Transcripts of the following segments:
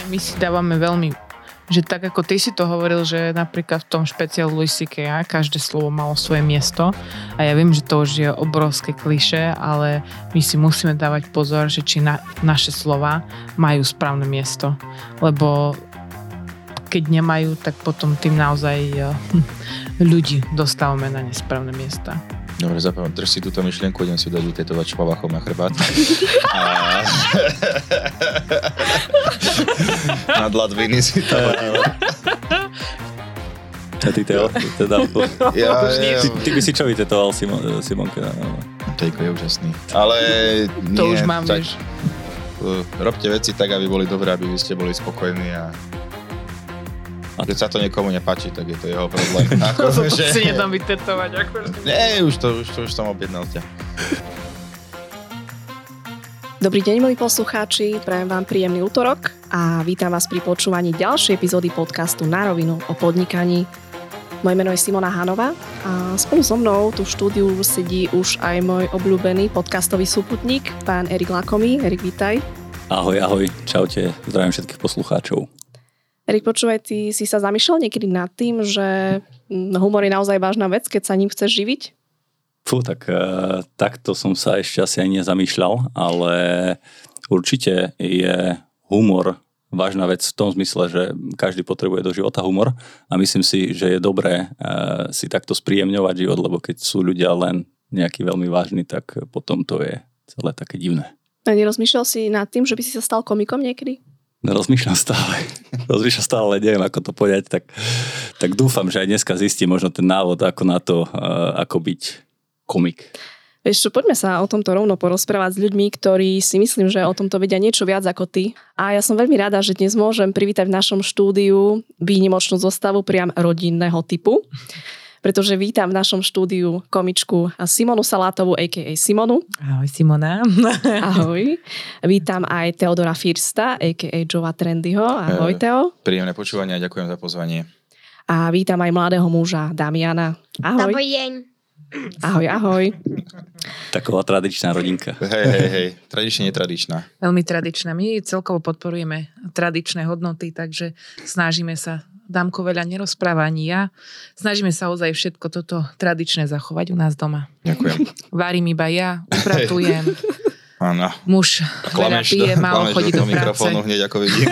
my si dávame veľmi, že tak ako ty si to hovoril, že napríklad v tom špeciálu Louis C.K. každé slovo malo svoje miesto a ja viem, že to už je obrovské klišé, ale my si musíme dávať pozor, že či naše slova majú správne miesto, lebo keď nemajú, tak potom tým naozaj ľudí dostávame na nesprávne miesta. Dobre, drž si túto myšlienku, idem si dať vytetovať špavachom na chrbát. Na dladviny si to. A ty, Teo, teda ty by si čo vytetoval Simonke? Tejko je úžasný. Ale to nie, už mám, tak, vieš. Robte veci tak, aby boli dobré, aby vy ste boli spokojní a keď sa to niekomu nepáči, tak je to jeho problém. To si nedám vytetovať. Nie, už som objednal ťa. Dobrý deň, milí poslucháči, prajem vám príjemný útorok a vítam vás pri počúvaní ďalšej epizódy podcastu Na rovinu o podnikaní. Moje meno je Simona Hanová a spolu so mnou tu v štúdiu sedí už aj môj obľúbený podcastový súputník, pán Erik Lakomý. Erik, vítaj. Ahoj, čaute, zdravím všetkých poslucháčov. Erik, počúvaj, ty si sa zamýšľal niekedy nad tým, že humor je naozaj vážna vec, keď sa ním chceš živiť? Takto som sa ešte asi aj nezamýšľal, ale určite je humor vážna vec v tom zmysle, že každý potrebuje do života humor a myslím si, že je dobré si takto spríjemňovať život, lebo keď sú ľudia len nejaký veľmi vážni, tak potom to je celé také divné. A nerozmýšľal si nad tým, že by si sa stal komikom niekedy? Rozmýšľam stále, neviem ako to povedať, tak dúfam, že aj dneska zistím možno ten návod ako na to, ako byť komik. Vieš čo, poďme sa o tomto rovno porozprávať s ľuďmi, ktorí si myslím, že o tomto vedia niečo viac ako ty. A ja som veľmi rada, že dnes môžem privítať v našom štúdiu výnimočnú zostavu priam rodinného typu, pretože vítam v našom štúdiu komičku Simonu Salátovú, a.k.a. Simonu. Ahoj, Simona. Ahoj. Vítam aj Teodora Firsta, a.k.a. Joea Trendyho. Ahoj, Teo. Príjemné počúvanie a ďakujem za pozvanie. A vítam aj mladého muža Damiana. Ahoj. Dobrý deň. Ahoj. Taková tradičná rodinka. Hej, tradične, netradičná. Veľmi tradičná. My celkovo podporujeme tradičné hodnoty, takže snažíme sa, Dámko veľa nerozpráva ani ja, snažíme sa ozaj všetko toto tradičné zachovať u nás doma. Ďakujem. Varím iba ja, upratujem. Áno. Muž veľa pije, málo chodí do práce. Mikrofónu hneď ako vidím.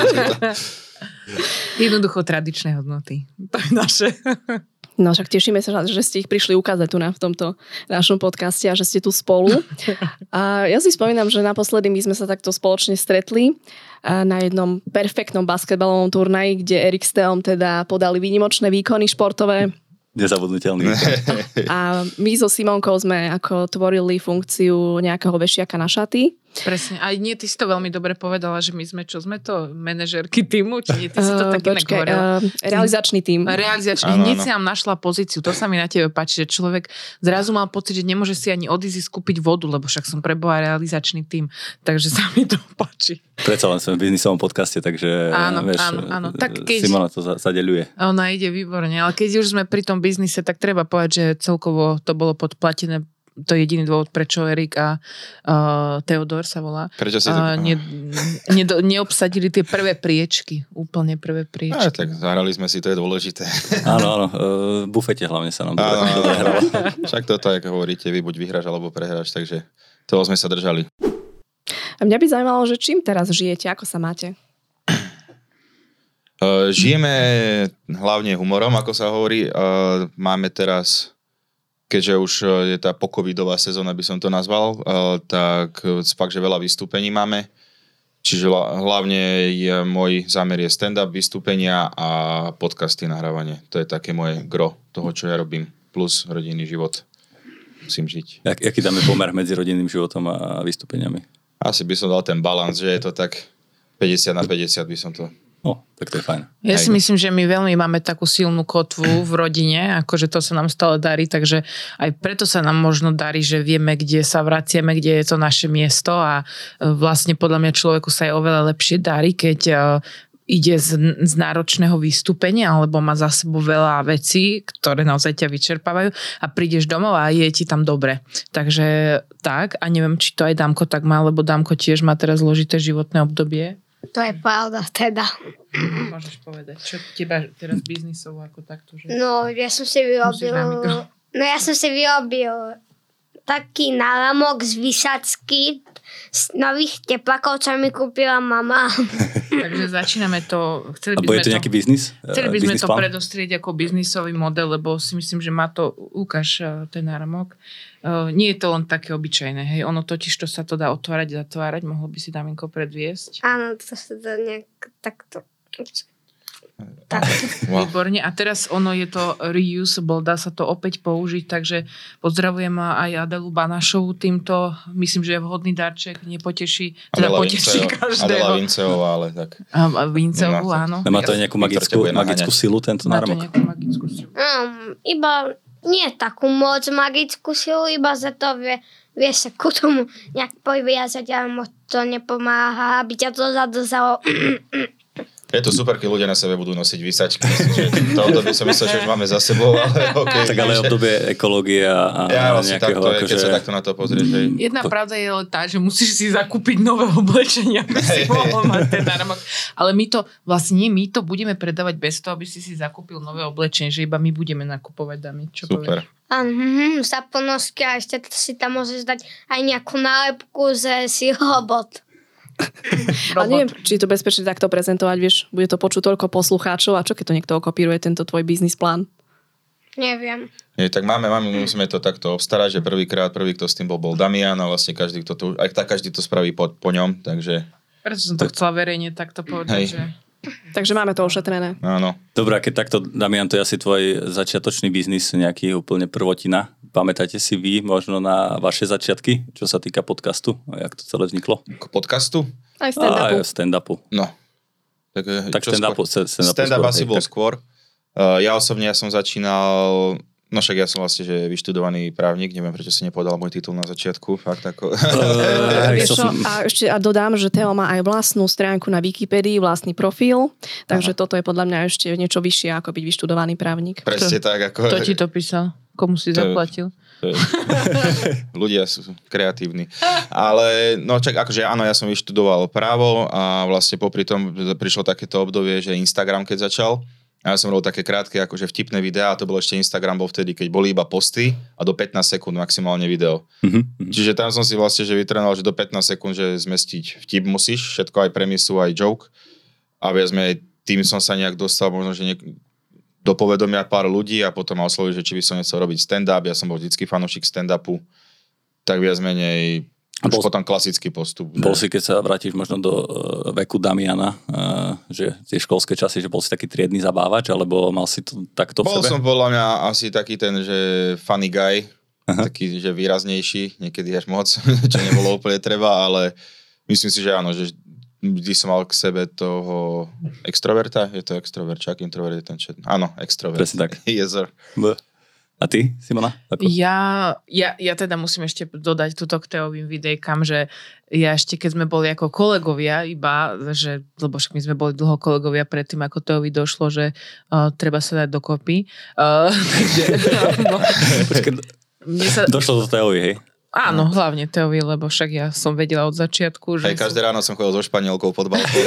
Jednoducho tradičné hodnoty. To je naše. No však tešíme sa, že ste ich prišli ukázať tu v tomto našom podcaste a že ste tu spolu. A ja si spomínam, že naposledy my sme sa takto spoločne stretli na jednom perfektnom basketbalovom turnaji, kde Erik s Teom teda podali výnimočné výkony športové. Nezabudnutelný. A my so Simonkou sme ako tvorili funkciu nejakého vešiaka na šaty. Presne. A nie, ty si to veľmi dobre povedala, že my sme, čo sme to, manažérky týmu? Či nie, ty si to tak inak hovorila? Realizačný tím. Realizačný. Hneď si nám našla pozíciu. To sa mi na tebe páči, že človek zrazu mal pocit, že nemôže si ani od Easy skúpiť vodu, lebo však som preboha realizačný tím. Takže sa mi to páči. Predsa len som v biznisovom podcaste, takže áno. Tak keď Simona to zadeľuje. Ona ide výborne, ale keď už sme pri tom biznise, tak treba povedať, že celkovo to bolo podplatené. To je jediný dôvod, prečo Erik a Teodor sa volá. Prečo si neobsadili tie prvé priečky. Úplne prvé priečky. Tak zahrali sme si, to je dôležité. Áno. V bufete hlavne sa nám dobre hralo. Však toto, ako hovoríte, vy buď vyhráš, alebo prehráš, takže toho sme sa držali. A mňa by zaujímalo, že čím teraz žijete, ako sa máte? Žijeme hlavne humorom, ako sa hovorí. Máme teraz, keďže už je tá pocovidová sezóna, by som to nazval, tak fakt, že veľa vystúpení máme. Čiže hlavne môj zámer je stand-up, vystúpenia a podcasty, nahrávanie. To je také moje gro toho, čo ja robím. Plus rodinný život. Musím žiť. Jaký dáme pomer medzi rodinným životom a vystúpeniami? Asi by som dal ten balans, že je to tak 50/50 by som to... Tak to je fajn. Ja si myslím, že my veľmi máme takú silnú kotvu v rodine, akože to sa nám stále darí, takže aj preto sa nám možno darí, že vieme, kde sa vraciame, kde je to naše miesto a vlastne podľa mňa človeku sa aj oveľa lepšie darí, keď ide z náročného vystúpenia alebo má za sebou veľa vecí, ktoré naozaj ťa vyčerpávajú a prídeš domov a je ti tam dobre. Takže tak, a neviem, či to aj Dámko tak má, lebo Dámko tiež má teraz zložité životné obdobie. To je pravda, teda. Môžeš povedať, čo teba teraz biznisovo ako takto, že... No, ja som si vyrobil taký náramok z vysačky z nových teplakov, čo mi kúpila mama. Takže začíname to... A bude to nejaký biznis? Chceli by sme to predostrieť ako biznisový model, lebo si myslím, že má to... Ukáž ten náramok. Nie je to len také obyčajné, hej. Ono totiž, to sa to dá otvárať, zatvárať. Mohlo by si Daminko predviesť? Áno, to sa dá nejak takto... Tak. Wow. Výborne. A teraz ono je to reusable, dá sa to opäť použiť, takže pozdravujem aj Adelu Banašovu týmto, myslím, že je vhodný darček, nepoteší, teda poteší každého. Adela Vinceová, ale tak. A Vinceovú, áno. Má to nejakú magickú silu, tento náramok? Má to nejakú magickú silu. Iba nie takú moc magickú silu, iba za to vie sa ku tomu nejak priviazať, ale moc to nepomáha, aby ťa to zadržalo. Je to super, keď ľudia na sebe budú nosiť vysačky. Myslím, že to obdobie som myslel, že už máme za sebou, ale okay, tak ale obdobie ekológie a vlastne nejakého... Ja keď sa takto na to pozrieš. Jedna pravda je ale tá, že musíš si zakúpiť nové oblečenia, aby si mohol mať ten náramok. Ale my to budeme predávať bez toho, aby si zakúpil nové oblečenie, že iba my budeme nakupovať, Dami. Čo super. Za ponosky a ešte si tam môžeš dať aj nejakú nálepku, že si robot. Ale neviem, či je to bezpečné takto prezentovať, vieš, bude to počuť toľko poslucháčov a čo keď to niekto okopíruje, tento tvoj biznis plán? Neviem. Tak musíme to takto obstarať, že prvý, kto s tým bol Damian a vlastne každý to spraví po ňom, takže... Preto som to chcela verejne takto povedať, že... Takže máme to ošetrené. Áno. Dobre, a keď takto, Damian, to je asi tvoj začiatočný biznis, nejaký úplne prvotina. Pamätáte si vy možno na vaše začiatky, čo sa týka podcastu? A jak to celé vzniklo? Podcastu? Aj stand-upu. Aj stand-upu. No. Tak stand-up asi bol skôr. Ja osobne som začínal... No však ja som vlastne že vyštudovaný právnik, neviem, prečo si nepovedal môj titul na začiatku, fakt ako... A ešte dodám, že Teo má aj vlastnú stránku na Wikipedii, vlastný profil, takže toto je podľa mňa ešte niečo vyššie ako byť vyštudovaný právnik. Presne tak. Ako... Kto ti to písal? Komu si zaplatil? Ľudia sú kreatívni. Ale no čak, akože áno, ja som vyštudoval právo a vlastne popri tom prišlo takéto obdobie, že Instagram keď začal, a ja som robil také krátke, akože vtipné videá, a to bolo ešte Instagram bol vtedy, keď boli iba posty a do 15 sekúnd maximálne video. Čiže tam som si vlastne že vytrénoval, že do 15 sekúnd, že zmestiť vtip musíš, všetko aj premisu, aj joke. A viac menej tým som sa nejak dostal možno, že do povedomia pár ľudí a potom ma oslovili, že či by som nechcel robiť stand-up. Ja som bol vždycky fanúšik stand-upu. Tak viac menej... Už potom klasický postup. Bol si, keď sa vrátiš možno do veku Damiana, že tie školské časy, že bol si taký triedny zabávač, alebo mal si to takto v sebe? Bol som podľa mňa asi taký ten, že funny guy, taký, že výraznejší, niekedy až moc, čo nebolo úplne treba, ale myslím si, že áno, že vždy som mal k sebe toho extroverta, je to extrovert, čak introvert je ten čo... Áno, extrovert. Presne tak. Yes, sir. A ty, Simona? Ako? Ja teda musím ešte dodať túto k Teovým videjkám, že ja ešte keď sme boli ako kolegovia iba, že, lebo však my sme boli dlho kolegovia predtým, ako Teovi došlo, že treba sa dať dokopy. Došlo do Teovi, hej? Áno, hlavne Teovi, lebo však ja som vedela od začiatku, že... Aj každé ráno som chodil so Španielkou pod balkón.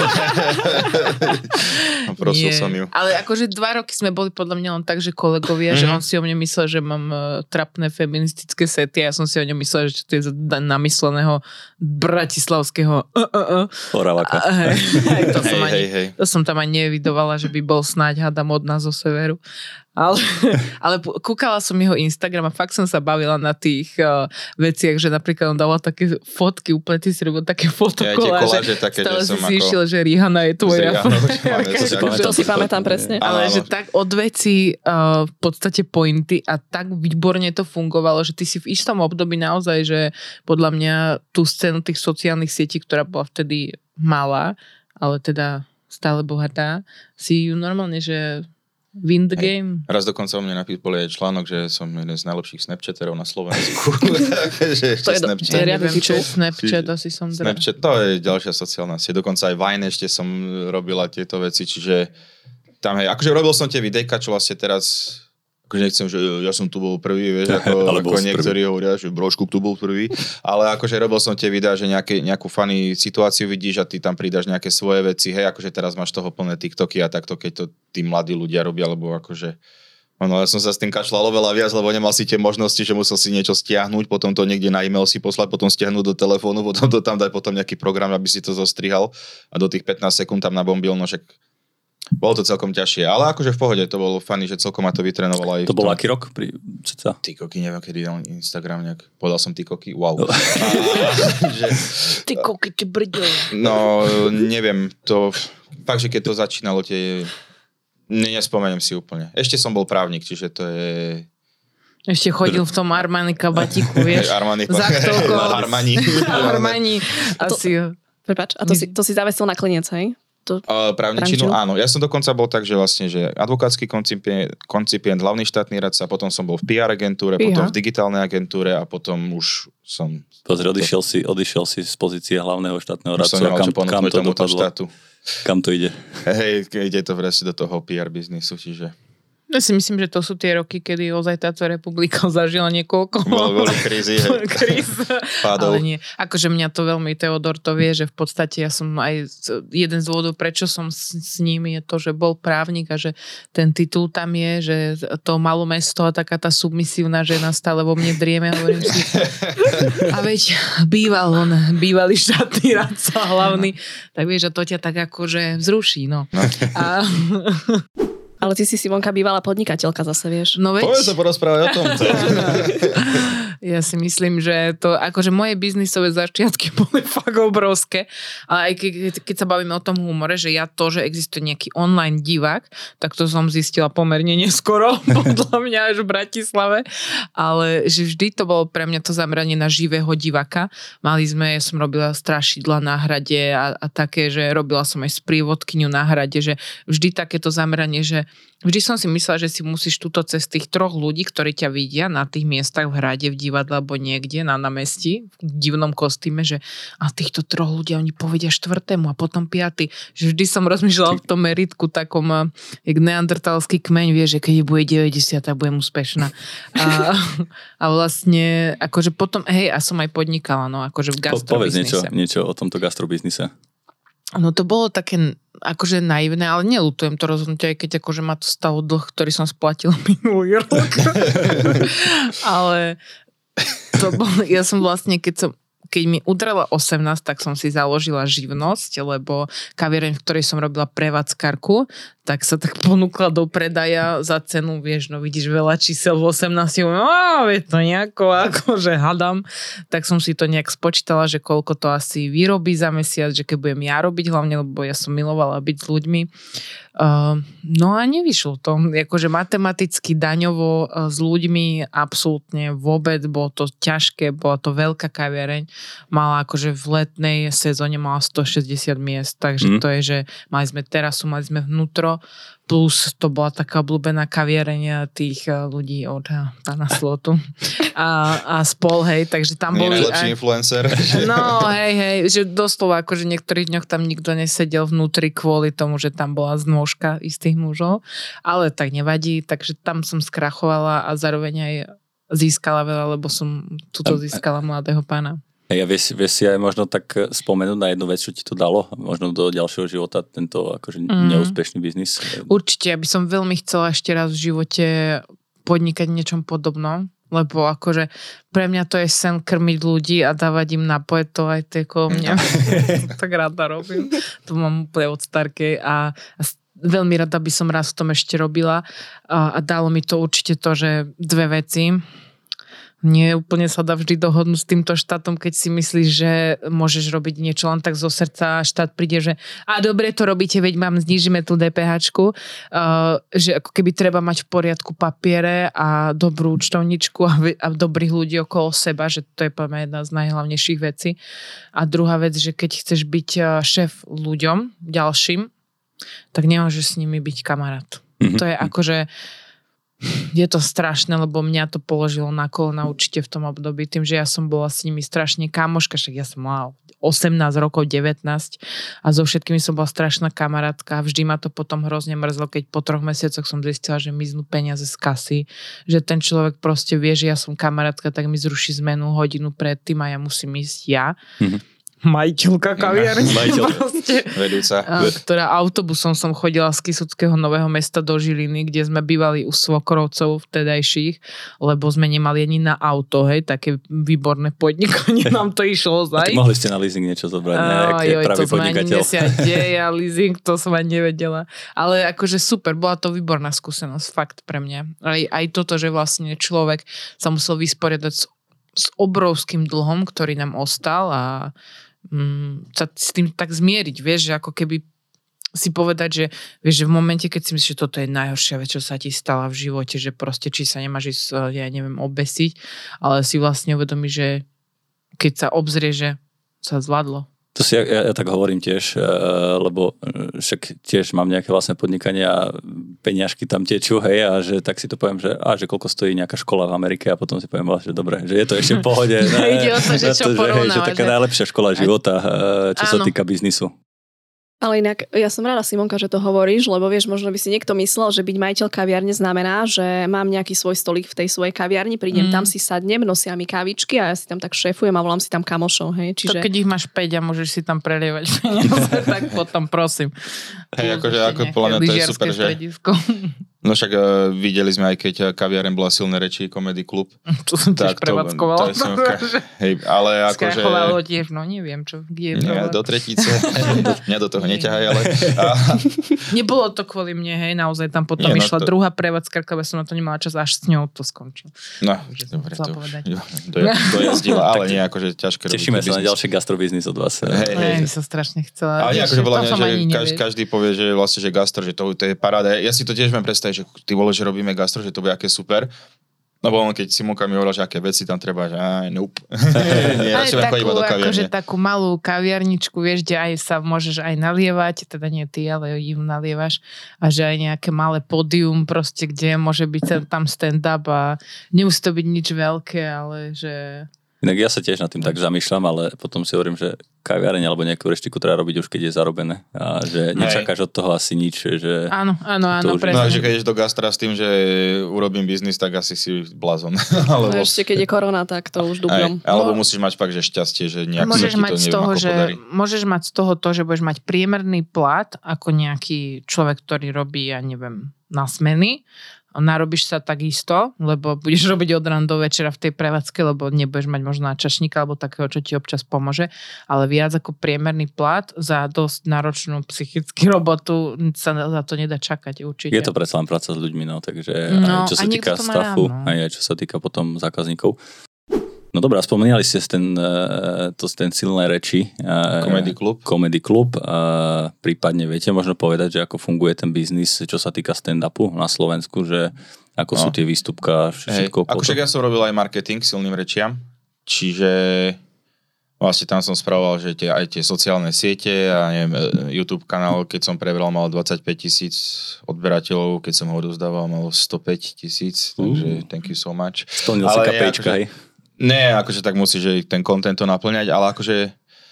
Prosil som ju. Ale akože 2 roky sme boli podľa mňa len tak, že kolegovia, že on si o mne myslel, že mám trapné feministické sety a ja som si o ňom myslela, že to je namysleného bratislavského Oravaka. To som tam ani nevidovala, že by bol snáď hada modná zo severu. Ale kúkala som jeho Instagram a fakt som sa bavila na tých veciach, že napríklad on dával také fotky, úplne ty si robil také fotokoláže. Stále si išiel, že Rihanna je tvoja. To si pamätám presne. Ale že tak od veci v podstate pointy a tak výborne to fungovalo, že ty si v istom období naozaj, že podľa mňa tú scénu tých sociálnych sietí, ktorá bola vtedy malá, ale teda stále bohatá, si ju normálne, že win the game. Raz dokonca o mne bol aj článok, že som jeden z najlepších Snapchatterov na Slovensku. To je riadny titul. Snapchat asi som Snapchat, to je ďalšia sociálna sieť. Dokonca aj Vine ešte som robila tieto veci, čiže tam akože robil som tie videjka, čo vlastne teraz akože nechcem, že ja som tu bol prvý, vieš, ako niektorí hovoria, že Brožkuk tu bol prvý, ale akože robil som tie videá, že nejakú funny situáciu vidíš a ty tam pridáš nejaké svoje veci, hej, akože teraz máš toho plné TikToky a takto, keď to tí mladí ľudia robia, lebo akože no, ja som sa s tým kašľal oveľa viac, lebo nemal si tie možnosti, že musel si niečo stiahnuť, potom to niekde na e-mail si poslať, potom stiahnuť do telefónu, potom to tam dať potom nejaký program, aby si to zostrihal a do tých 15 sekúnd tam nabombil, no však bolo to celkom ťažšie, ale akože v pohode to bolo funny, že celkom ma to vytrenovalo aj. To bol aký rok? Ty koky, neviem, kedy dal Instagram nejak. Povedal som ty koky, wow. Ty koky, ty brďo. No, neviem, to fakt, že keď to začínalo, nespomeniem si úplne. Ešte som bol právnik, čiže to je... Ešte chodil v tom Armani kabatiku, vieš? Armani. Asi. Prepáč, a to si zavesil na klinec, hej? Právničinu, áno. Ja som dokonca bol tak, že vlastne, že advokátsky koncipient, hlavný štátny radca, potom som bol v PR agentúre, potom v digitálnej agentúre a potom už som... Pozri, odišiel si z pozície hlavného štátneho radcu a kam to dopadlo? Štátu. Kam to ide? Hej, ide to vlastne do toho PR biznisu, čiže... Ja si myslím, že to sú tie roky, kedy ozaj táto republika zažila niekoľko... Boli krízy, hej. Ale nie. Akože mňa to veľmi Teodor to vie, že v podstate ja som aj... Jeden z dôvodov, prečo som s ním je to, že bol právnik a že ten titul tam je, že to malo mesto a taká tá submisívna žena stále vo mne drieme. Hovorím si... A veď bývalý štátny radca hlavný. Tak vieš, že to ťa tak akože vzruší, no. A... Ale ty si Simonka bývalá podnikateľka zase, vieš. No veď... Poďme sa porozprávať o tom. Ja si myslím, že to, akože moje biznisové začiatky boli fakt obrovské, ale aj keď sa bavíme o tom humore, že ja to, že existuje nejaký online divák, tak to som zistila pomerne neskoro, podľa mňa až v Bratislave, ale že vždy to bolo pre mňa to zameranie na živého diváka. Ja som robila strašidla na hrade a také, že robila som aj sprievodkyňu na hrade, že vždy takéto zameranie, že vždy som si myslela, že si musíš túto cez tých 3 ľudí, ktorí ťa vidia na tých miestach v hrade, v divadle alebo niekde na námestí, v divnom kostýme, že a týchto 3 ľudí oni povedia 4. a potom 5. Že vždy som rozmýšľala v tom meritku takom, jak neandertalský kmeň, vie, že keď bude 90, tak budem úspešná. A vlastne, akože potom, hej, a som aj podnikala, no, akože v gastrobiznise. Povedz niečo o tomto gastrobiznise. No to bolo také akože naivné, ale neľutujem to rozhodnutie, aj keď akože ma to stalo dlh, ktorý som splatila minulý rok. Ale to bolo, ja som vlastne, keď mi udrela 18, tak som si založila živnosť, lebo kaviareň, v ktorej som robila prevádzkarku, tak sa tak ponúkla do predaja za cenu, vieš, no vidíš veľa čísel v 18, je to nejako, akože hadam, tak som si to nejak spočítala, že koľko to asi vyrobí za mesiac, že keď budem ja robiť, hlavne, lebo ja som milovala byť s ľuďmi. No a nevyšlo to. Akože matematicky, daňovo s ľuďmi absolútne vôbec, bolo to ťažké, bola to veľká kaviareň, mala akože v letnej sezóne mala 160 miest, takže to je, že mali sme terasu, mali sme vnútro, plus to bola taká obľúbená kaviareň tých ľudí od pána Slotu a spol, hej, takže tam boli... Najlepší influencer. No, hej, že doslova akože niektorých dňoch tam nikto nesedel vnútri kvôli tomu, že tam bola znôžka istých mužov, ale tak nevadí, takže tam som skrachovala a zároveň aj získala veľa, lebo som tuto získala mladého pána. Ja vieš si aj možno tak spomenúť na jednu vec, čo ti to dalo, možno do ďalšieho života, tento akože neúspešný biznis? Určite, ja by som veľmi chcela ešte raz v živote podnikať niečom podobnom, lebo akože pre mňa to je sen krmiť ľudí a dávať im napoje, to aj okolo mňa. Tak rada robím. To mám úplne od starkej a veľmi rada by som raz v tom ešte robila a dalo mi to určite to, že 2 veci. Nie úplne sa dá vždy dohodnúť s týmto štátom, keď si myslíš, že môžeš robiť niečo len tak zo srdca a štát príde, že a dobre to robíte, veď vám znížime tú DPHčku, že ako keby treba mať v poriadku papiere a dobrú účtovničku a dobrých ľudí okolo seba, že to je poviem jedna z najhlavnejších vecí. A druhá vec, že keď chceš byť šéf ľuďom ďalším, tak nemôžeš s nimi byť kamarát. To je akože je to strašné, lebo mňa to položilo na kolena určite v tom období, tým, že ja som bola s nimi strašne kamoška, však ja som mala 18 rokov, 19 a so všetkými som bola strašná kamarátka. Vždy ma to potom hrozne mrzlo, keď po 3 mesiacoch som zistila, že miznú peniaze z kasy, že ten človek proste vie, že ja som kamarátka, tak mi zruší zmenu hodinu predtým a ja musím ísť ja. Majiteľka kaviarne, vedúca. Ktorá autobusom som chodila z Kysuckého Nového Mesta do Žiliny, kde sme bývali u svokrovcov vtedajších, lebo sme nemali ani na auto, hej, také výborné podnikanie, nám to išlo ozaj. A mohli ste na leasing niečo zobrať, ne? Pravý podnikateľ. Leasing, to som ani nevedela. Ale akože super, bola to výborná skúsenosť, fakt pre mňa. Aj toto, že vlastne človek sa musel vysporiadať s obrovským dlhom, ktorý nám ostal a sa s tým tak zmieriť, vieš, že ako keby si povedať, že vieš, že v momente, keď si myslíš, že toto je najhoršia vec, čo sa ti stala v živote, že proste či sa nemáš ísť, ja neviem, obesiť, ale si vlastne uvedomíš, že keď sa obzrie, že sa zvládlo. To si ja tak hovorím tiež, lebo však tiež mám nejaké vlastné podnikanie a peniažky tam tečú, hej, a že tak si to poviem, že koľko stojí nejaká škola v Amerike a potom si poviem, že dobre, že je to ešte v pohode. Ide o to, že čo porovnáva. Že taká najlepšia škola života, čo sa týka biznisu. Ale inak, ja som rada, Simonka, že to hovoríš, lebo vieš, možno by si niekto myslel, že byť majiteľ kaviarne znamená, že mám nejaký svoj stolík v tej svojej kaviarni, prídem tam, si sadnem, nosia mi kávičky a ja si tam tak šéfujem a volám si tam kamošov, hej. Čiže... To keď ich máš 5 a môžeš si tam prelievať peniaze, tak potom prosím. Hej, akože ako podľa mňa to je super, že... No však videli sme aj keď kaviareň bola Silné reči, Comedy Club. To som tiež prevádzkovala. Hej, ale akože... Skrachovalo tiež, no neviem čo, kde je problém. Do Tretice, mňa do toho neťahaj, ale... Nebolo to kvôli mne, hej, naozaj tam potom išla druhá prevádzka, lebo som na to nemala čas, až s ňou to skončil. No, dobre, to jazdila, ale nie akože ťažké robiť. Tešíme sa na ďalší gastrobiznis od vás. Hej, som strašne chcela. Ale akože podľa mňa, že každý povie, že vlastne, že gastro, že to je paráda. Ja si to tiež viem predstaviť, že ty vole, že robíme gastro, že to bude aké super. Lebo keď Simonka mi hovorila, že aké veci tam treba, že nope. Nie, akože takú malú kaviarničku, vieš, kde aj sa môžeš aj nalievať, teda nie ty, ale im nalievaš a že aj nejaké malé pódium proste, kde môže byť tam stand-up a nemusí to byť nič veľké, ale že... Inak ja sa tiež nad tým tak zamýšľam, ale potom si hovorím, že kaviareň alebo nejakú reštiku treba robiť už keď je zarobené a že nečakáš od toho asi nič, že... Áno, presne. No, že keď ideš do gastra s tým, že urobím biznis, tak asi si blázon. Alebo... No, ešte keď je korona, tak to už dúbim. Alebo musíš mať fakt, že šťastie, že nejak sa ti to neviem ako podarí. Môžeš mať z toho to, že budeš mať priemerný plat ako nejaký človek, ktorý robí, ja neviem, na smeny. Narobíš sa takisto, lebo budeš robiť od rána do večera v tej prevádzke, lebo nebudeš mať možno čašníka alebo takého, čo ti občas pomôže, ale viac ako priemerný plat za dosť náročnú psychickú robotu sa za to nedá čakať určite. Je to predsa len práca s ľuďmi, no, takže aj čo sa týka stafu, aj čo sa týka potom zákazníkov. No dobré, spomínali ste ten Silné reči. Comedy Club. Prípadne viete možno povedať, že ako funguje ten biznis, čo sa týka stand-upu na Slovensku, že ako sú tie výstupka, všetko. Akože ja som robil aj marketing Silným rečiam, čiže vlastne tam som spravoval, že aj tie sociálne siete a neviem, YouTube kanál, keď som prebral, mal 25,000 odberateľov, keď som ho odozdával, mal 105,000, takže thank you so much. Splnil si kapejčka, hej? Nie, akože tak musíš ten content to naplňať, ale akože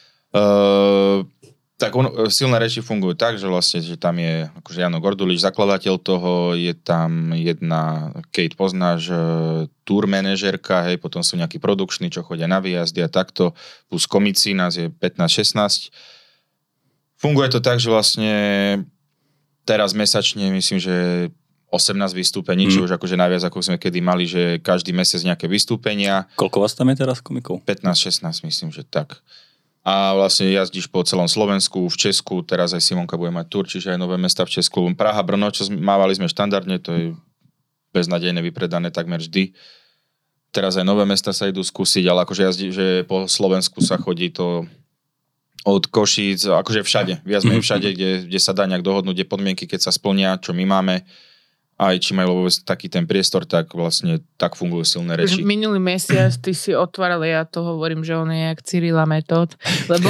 Silné reči fungujú tak, že vlastne, že tam je akože Jano Gordulič, zakladateľ toho, je tam jedna, Kate poznáš, tour manažerka, hej, potom sú nejakí produkční, čo chodia na výjazdy a takto, plus komici, nás je 15-16. Funguje to tak, že vlastne teraz mesačne, myslím, že 18 vystúpení, či už akože najviac, ako sme kedy mali, že každý mesiac nejaké vystúpenia. Koľko vás tam je teraz komikov? 15-16, myslím, že tak. A vlastne jazdíš po celom Slovensku, v Česku, teraz aj Simonka bude mať tur, čiže aj nové mesta v Česku. Praha, Brno, čo mávali sme štandardne, to je beznadejne vypredané takmer vždy. Teraz aj nové mesta sa idú skúsiť, ale akože jazdí, že po Slovensku sa chodí to od Košíc, akože všade. Viac menej všade, kde sa dá nejak dohodnúť, kde podmienky, keď sa splnia, čo my máme. aj či majú vôbec taký ten priestor, tak vlastne tak fungujú silné reči. Minulý mesiac ty si otváral, ja to hovorím, že on je jak Cyrila Metód, lebo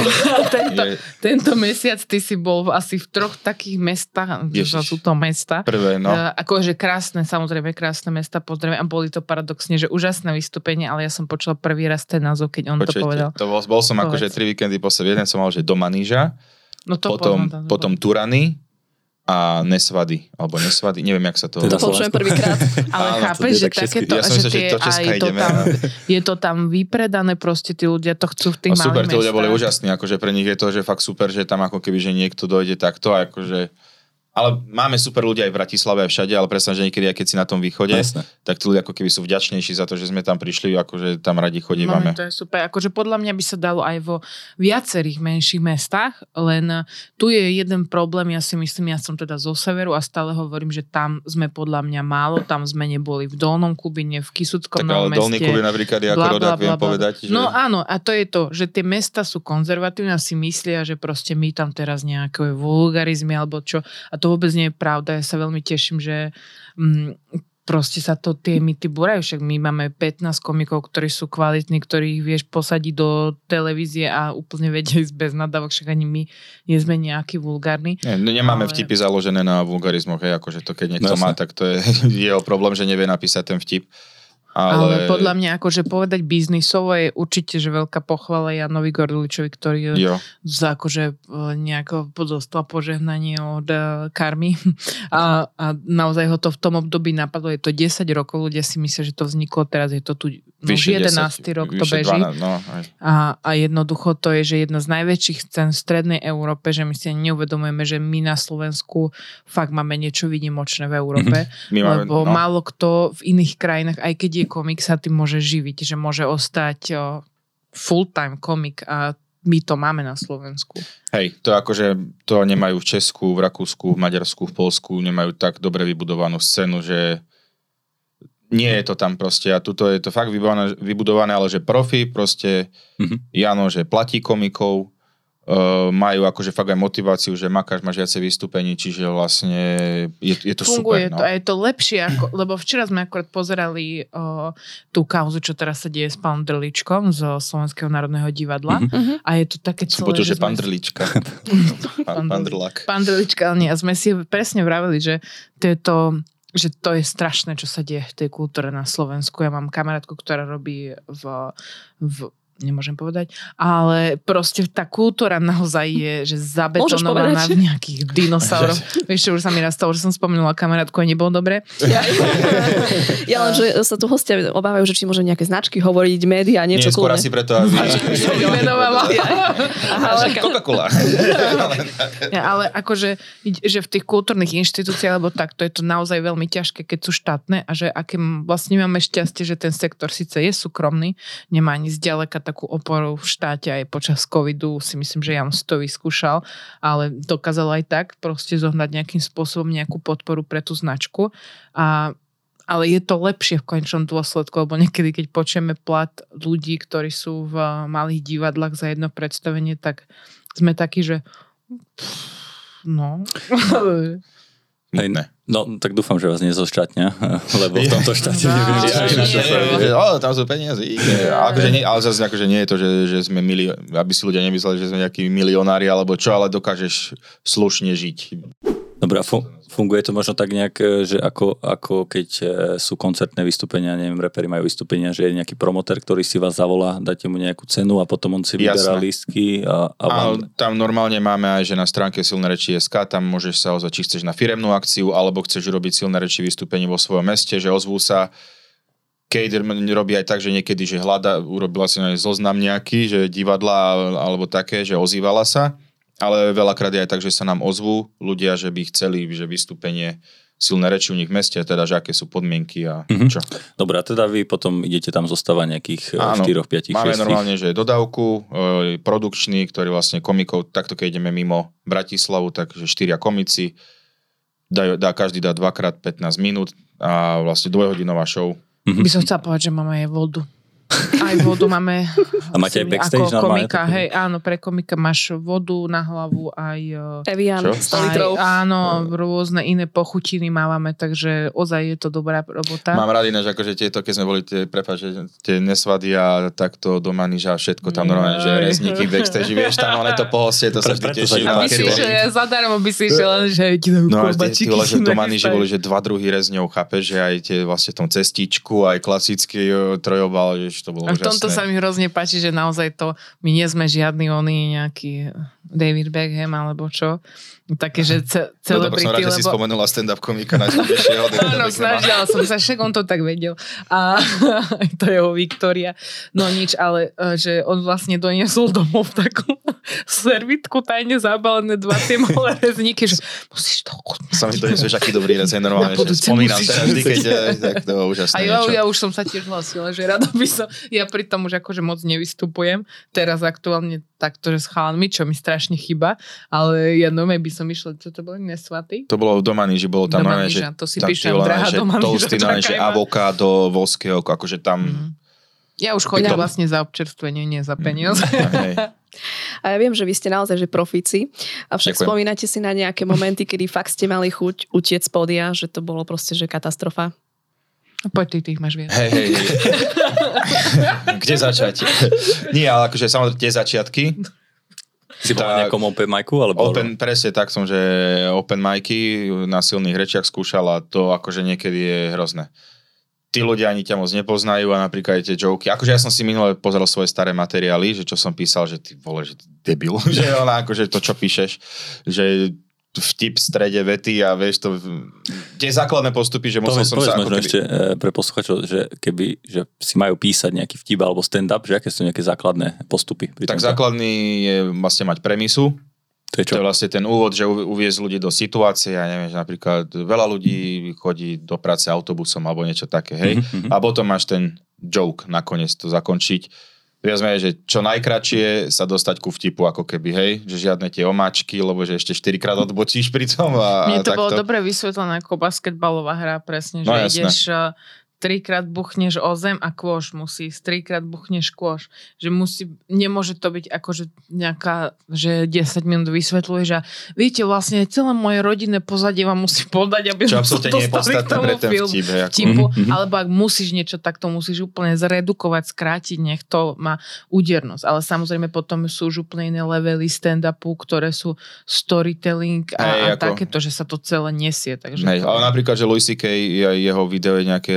tento mesiac ty si bol asi v 3 takých mestách, že sú to mesta. Prvé, no. Akože krásne, samozrejme krásne mesta, pozdravujem. A boli to paradoxne, že úžasné vystúpenie, ale ja som počula prvý raz ten názov, keď on to povedal. Bol som akože 3 víkendy po sebe, jeden som mal, že do Maníža, no to potom Turany, a Nesvady, alebo Nesvady, neviem, jak sa to... Teda počujem prvýkrát. Ale chápeš, že takéto, ja som myslel, že to Česka ideme. Je to tam vypredané, proste tí ľudia to chcú v tých malých super, tí ľudia boli mestách. úžasní, akože pre nich je to, že fakt super, že tam ako keby, že niekto dojde takto, akože... Ale máme super ľudia aj v Bratislave aj všade, ale predstav, že niekedy aj keď si na tom východe, tak tí ľudia ako keby sú vďačnejší za to, že sme tam prišli, akože tam radi chodívame. No, to je super. Akože podľa mňa by sa dalo aj vo viacerých menších mestách, len tu je jeden problém, ja si myslím, ja som teda zo severu a stále hovorím, že tam sme podľa mňa málo, tam sme neboli v Dolnom Kubine, v Kisuckom Novom meste. Tak ale Dolný Kubín napríklad je ako rodák, viem povedať. Že... No áno, a to je to, že tie mesta sú konzervatívne a si myslia, že proste my tam teraz nejaké vulgarizmy alebo čo. A to vôbec nie je pravda. Ja sa veľmi teším, že proste sa to tie mýty búrajú. Však my máme 15 komikov, ktorí sú kvalitní, ktorých vieš posadiť do televízie a úplne vedia ísť bez nadávok, však ani my nie sme nejaký vulgárny. Nemáme vtipy založené na vulgarizmoch, akože to keď niekto má, tak to je jeho problém, že nevie napísať ten vtip. Ale podľa mňa, akože povedať biznisovo je určite, že veľká pochvala Janovi Gorduličovi, ktorý za akože nejako dostal požehnanie od karmy a naozaj ho to v tom období napadlo. Je to 10 rokov, ľudia si myslia, že to vzniklo, teraz je to tu 11. rok to beží. 12, a jednoducho to je, že jedna z najväčších scén v strednej Európe, že my si neuvedomujeme, že my na Slovensku fakt máme niečo výnimočné v Európe, lebo málo kto v iných krajinách, aj keď je komik, sa tým môže živiť, že môže ostať full-time komik a my to máme na Slovensku. Hej, to akože to nemajú v Česku, v Rakúsku, v Maďarsku, v Poľsku, nemajú tak dobre vybudovanú scénu, že nie je to tam proste a tuto je to fakt vybudované, ale že profi proste, Jano, že platí komikov, majú akože fakt aj motiváciu, že makáš, máš viacej vystúpení, čiže vlastne je to funguje super. To, a je to lepšie, lebo včera sme akorát pozerali tú kauzu, čo teraz sa deje s pánom Drličkom z Slovenského národného divadla a je to také celé... Počul, že pán Drlička. Pán Drlák. Pán Drlička, ale nie. A sme si presne vravili, že že to je strašné, čo sa deje v tej kultúre na Slovensku. Ja mám kamarátku, ktorá robí v nemôžem povedať, ale proste tá kultúra naozaj je, že zabetonovaná v nejakých dinosaurov. Vieš, čo už sa mi raz stalo, že som spomenula kamarátku a nebolo dobre. Ja len, že sa tu hostia obávajú, že či môže nejaké značky hovoriť, médiá, niečo skôr asi preto, aby... Coca-Cola. Ale akože, že v tých kultúrnych inštitúciách, alebo tak, to je to naozaj veľmi ťažké, keď sú štátne a že aké vlastne máme šťastie, že ten sektor síce je súkromný, nemá ani zďaleka takú oporu v štáte aj počas covidu, si myslím, že Jan si to vyskúšal, ale dokázal aj tak proste zohnať nejakým spôsobom nejakú podporu pre tú značku. Ale je to lepšie v konečnom dôsledku, lebo niekedy, keď počujeme plat ľudí, ktorí sú v malých divadlách za jedno predstavenie, tak sme takí, že No, tak dúfam, že vás nezoštátňa, lebo v tomto štáte neviem. Tam sú peniaze. Ale zase akože nie je to, že sme aby si ľudia nemysleli, že sme nejakí milionári alebo čo, ale dokážeš slušne žiť. Dobre, a funguje to možno tak nejak, že ako keď sú koncertné vystúpenia, neviem, reperi majú vystúpenia, že je nejaký promotér, ktorý si vás zavolá, dáte mu nejakú cenu a potom on si vyberá lístky Áno, tam normálne máme aj, že na stránke Silné reči.sk, tam môžeš sa ozvať, či chceš na firemnú akciu, alebo chceš robiť silné reči vystúpenie vo svojom meste, že ozvú sa. Kejder robí aj tak, že niekedy, že urobila si aj zoznam nejaký, že divadla alebo také, že ozývala sa. Ale veľakrát je aj tak, že sa nám ozvú ľudia, že by chceli, že vystúpenie silné reči u nich v meste, teda, že aké sú podmienky a čo. Dobre, a teda vy potom idete tam zostávať nejakých 4, 5, 6. Máme normálne, že dodávku, produkčný, ktorý vlastne komikov, takto keď ideme mimo Bratislavu, takže 4 komici, každý dá 2x15 minút a vlastne 2-hodinová show. By som chcela povedať, že máme aj vodu. Aj vodu máme. A máte aj backstage ako normálne? komika, hej, áno, pre komika máš vodu na hlavu, aj Evian, 100 litrov. áno, rôzne iné pochutiny mávame, takže ozaj je to dobrá robota. Mám rád ináč, akože tieto, keď sme boli tie nesvady a takto do Maniža a všetko tam normálne, že rezníky backstage, vieš, tam ale to pohostie, to sa vždy teší. Zadarmo by si išiel, že ti dajú Ty kolbačiky. vole, že do Maniže boli, že 2 druhy rezňov, chápeš, že aj tie vlastne tom cestičku, aj klasický trojobal, že to bolo úžasné. V tomto sa mi hrozne páči, že naozaj to, my nie sme žiadny oný nejaký David Beckham alebo čo. Také, že celebrity, som rád, že si spomenula stand-up komika najčastejšieho. Áno, snažila som sa, však on to tak vedel. A to je jeho Viktória. No nič, ale že on vlastne doniesol domov takú servitku tajne zabalené 2 tie malé rezníky, že musíš to ochutnať. Sa mi to nesvieš, aký dobrý rezeň, normálne, že spomínam teraz vždy, keď tak to úžasné niečo. A ja už som sa tiež hlasila, že rada by som, ja pri tom už akože moc nevystupujem, teraz aktuálne takto, že s chalanmi, čo mi strašne chýba, ale ja normálne by som išla, čo to bolo, nesvatý? To bolo do Maníži, bolo tam normálne, že to si píšem, drahá do Maníža, toasty, že avokádo, voského, akože tam... Ja už chodím vlastne za občerstvenie, nie za peniaze. A ja viem, že vy ste naozaj že profíci. Avšak spomínate si na nejaké momenty, kedy fakt ste mali chuť utiec z pódia, že to bolo proste, že katastrofa? Poď, ty ich máš viac. Hej. Kde začať? Nie, ale akože samozrejme tie začiatky. Si bol na nejakom open micu? Alebo... Presne tak som, že open micy na silných rečiach skúšal a to akože niekedy je hrozné. Tí ľudia ani ťa moc nepoznajú a napríklad aj tie joky. Akože ja som si minule pozeral svoje staré materiály, že čo som písal, že ty vole, že debil. Že ona akože to, čo píšeš, že vtip v strede vety a vieš to, tie základné postupy, že musel som sa... Možno ešte pre posluchačov, že keby že si majú písať nejaký vtip alebo stand-up, že aké sú nejaké základné postupy? Tak základný je vlastne mať premisu. To je vlastne ten úvod, že uviesť ľudí do situácie, ja neviem, že napríklad veľa ľudí chodí do práce autobusom alebo niečo také, hej. A potom máš ten joke nakoniec to zakončiť. Viac menej, že čo najkratšie sa dostať ku vtipu, ako keby, hej, že žiadne tie omáčky, lebo že ešte 4-krát odbočíš pri tom. Mne to bolo dobre vysvetlené ako basketbalová hra, presne, že ideš 3-krát buchneš o zem a kôš musí, 3-krát buchneš kôš. Že nemôže to byť akože nejaká, že 10 minút vysvetľuješ a viete, vlastne celé moje rodinné pozadie vám musí podať, aby čo absolútne nie je podstatné pre ten vtipu. Alebo ak musíš niečo, tak to musíš úplne zredukovať, skrátiť, nech to má údernosť. Ale samozrejme potom sú už úplne iné levely stand-upu, ktoré sú storytelling a takéto, že sa to celé nesie. Takže ale napríklad, že Louis C.K. jeho video je nejaké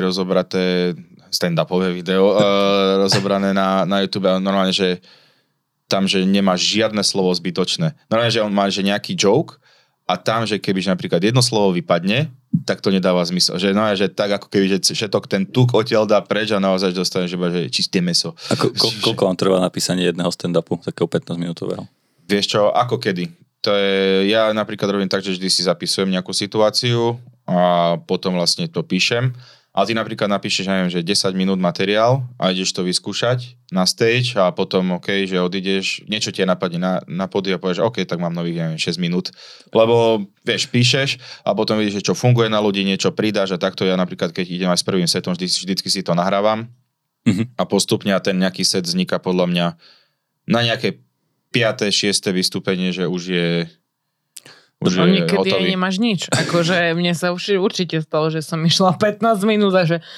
stand-upové video rozobrané na YouTube a normálne, že tam, že nemáš žiadne slovo zbytočné. Normálne, že on má že nejaký joke a tam, že kebyže napríklad jedno slovo vypadne, tak to nedáva zmysel. Že, no, že tak ako keby, že všetok ten tuk odtiaľ dá preč a naozaj dostaneš iba, že čisté mäso. A koľko vám trvá napísanie jedného stand-upu, takého 15-minútového? Vieš čo, ako kedy? To je, ja napríklad robím tak, že vždy si zapisujem nejakú situáciu a potom vlastne to píšem. Ale ty napríklad napíšeš, neviem, že 10 minút materiál a ideš to vyskúšať na stage a potom, OK, že odídeš, niečo ti napadne na pody a povieš, OK, tak mám nových, neviem, 6 minút. Lebo, vieš, píšeš a potom vidíš, čo funguje na ľudí, niečo pridáš a takto ja napríklad, keď idem aj s prvým setom, vždycky si to nahrávam a postupne ten nejaký set vzniká podľa mňa na nejaké 5. 6. vystúpenie, že už je niekedy hotový. Aj nemáš nič. Akože mne sa už určite stalo, že som išla 15 minút a že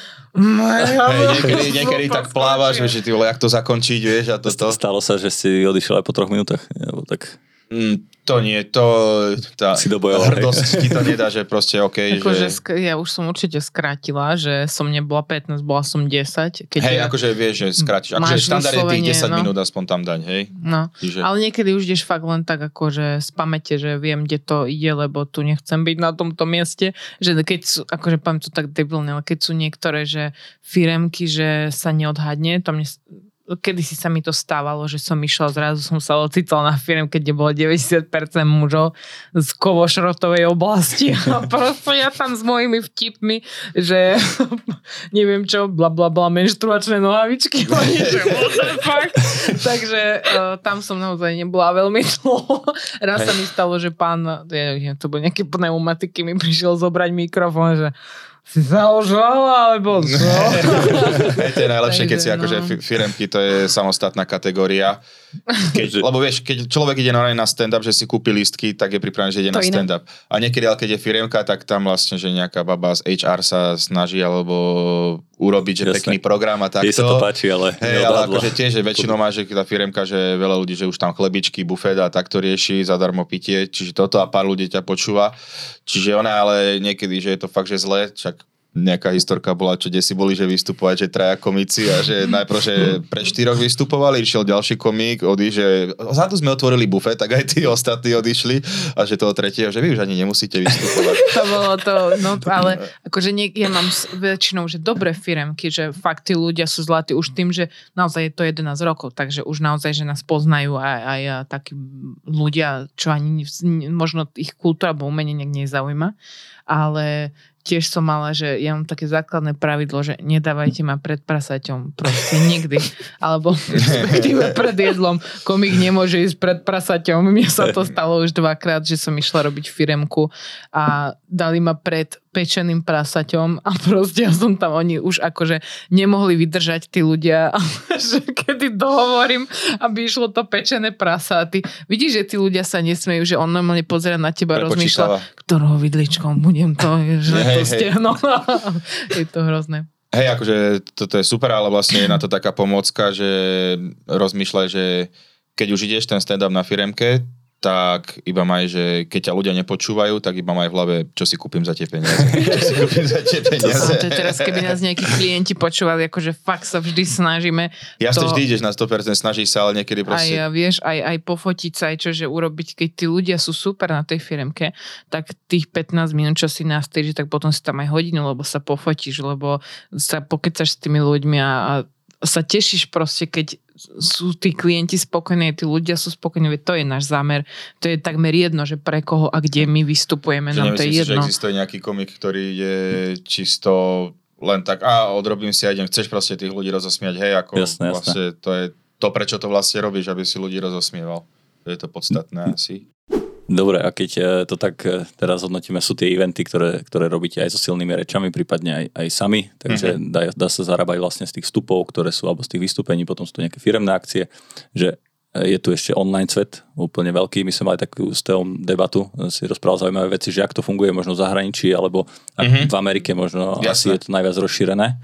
niekedy tak plávaš, že ty vole, jak to zakončiť, vieš, a toto. Stalo sa, že si odišiel aj po 3 minútach? Tak... To nie, tá hrdosť ti to nedá, že proste OK. Ja už som určite skrátila, že som nebola 15, bola som 10. Akože vieš, že skrátiš. Akože štandard je tých 10 minút aspoň tam dať, hej? No, ale niekedy už ideš fakt len tak akože z pamäte, že viem, kde to ide, lebo tu nechcem byť na tomto mieste. Že keď sú, akože poviem to tak debilné, ale keď sú niektoré, že firemky, že sa neodhadne, to mne... Kedysi sa mi to stávalo, že som išla, zrazu som sa ocitla na firme, keď bolo 90% mužov z kovošrotovej oblasti a proste ja tam s mojimi vtipmi, že neviem čo, blablabla, menštruačné nohavičky, takže tam som naozaj nebola veľmi dlho. Raz sa mi stalo, že pán, to bol nejaké pneumatiky, mi prišiel zobrať mikrofón, že si zaožrala, alebo čo? To je najlepšie, keď si akože firemky, to je samostatná kategória. Lebo vieš, keď človek ide normálne na stand-up, že si kúpi lístky, tak je pripravený, že ide na stand-up. A niekedy, ale keď je firemka, tak tam vlastne, že nejaká baba z HR sa snaží, alebo urobiť, že pekný program a takto. Jej sa to páči, ale ale akože tiež, že väčšinou má, že tá firemka, že veľa ľudí, že už tam chlebičky, bufet a takto rieši, zadarmo pitie, čiže toto a pár ľudí ťa počúva. Čiže ona ale niekedy, že je to fakt, že zle, však nejaká historka bola, čo desi boli, že vystupovať, že traja komici a že najprv, že pre 4 vystupovali, išiel ďalší komik, že zadu sme otvorili bufet, tak aj tí ostatní odišli a že toho tretieho, že vy už ani nemusíte vystupovať. To bolo to, no ale akože ja mám väčšinou, že dobré firemky, že fakt tí ľudia sú zlatí už tým, že naozaj je to 11 rokov, takže už naozaj, že nás poznajú aj takí ľudia, čo ani možno ich kultúra alebo umenie nejak nezaujíma, ale tiež som mala, že ja mám také základné pravidlo, že nedávajte ma pred prasaťom. Proste nikdy. Alebo respektíve pred jedlom. Komik nemôže ísť pred prasaťom. Mne sa to stalo už 2-krát, že som išla robiť firemku a dali ma pred pečeným prasaťom a proste ja som tam, oni už akože nemohli vydržať tí ľudia, že kedy dohovorím, aby išlo to pečené prasa. A ty vidíš, že tí ľudia sa nesmejú, že on normálne pozerá na teba a rozmýšľa, ktorou vidličkou budem to, že to stiahnu. Je to hrozné. Hej, akože toto je super, ale vlastne je na to taká pomôcka, že rozmýšľaj, že keď už ideš ten stand-up na firemke, tak iba maj, že keď ťa ľudia nepočúvajú, tak iba maj v hlave, čo si kúpim za tie peniaze. To teraz, keby nás nejakí klienti počúvali, akože fakt sa vždy snažíme. Jasne, vždy ideš na 100%, snažíš sa, ale niekedy proste... Aj vieš, aj pofotiť sa, aj čože urobiť, keď tí ľudia sú super na tej firemke, tak tých 15 minút, čo si na stage, tak potom si tam aj hodinu, lebo sa pofotíš, lebo sa pokecaš s tými ľuďmi a sa tešíš proste, keď sú tí klienti spokojní, tí ľudia sú spokojní, to je náš zámer. To je takmer jedno, že pre koho a kde my vystupujeme, nám to je jedno. Že existuje nejaký komik, ktorý je čisto len tak, odrobím si a idem, chceš proste tých ľudí rozosmiať, hej, ako jasné. Vlastne to je to, prečo to vlastne robíš, aby si ľudí rozosmieval. To je to podstatné asi. Dobre, a keď to tak teraz hodnotíme, sú tie eventy, ktoré robíte aj so silnými rečami, prípadne aj sami, takže dá sa zarábať vlastne z tých vstupov, ktoré sú, alebo z tých vystúpení, potom sú to nejaké firemné akcie, že je tu ešte online svet, úplne veľký. My sme mali takú s Teom debatu, si rozprával zaujímavé veci, že ak to funguje možno v zahraničí, alebo v Amerike možno asi je to najviac rozšírené.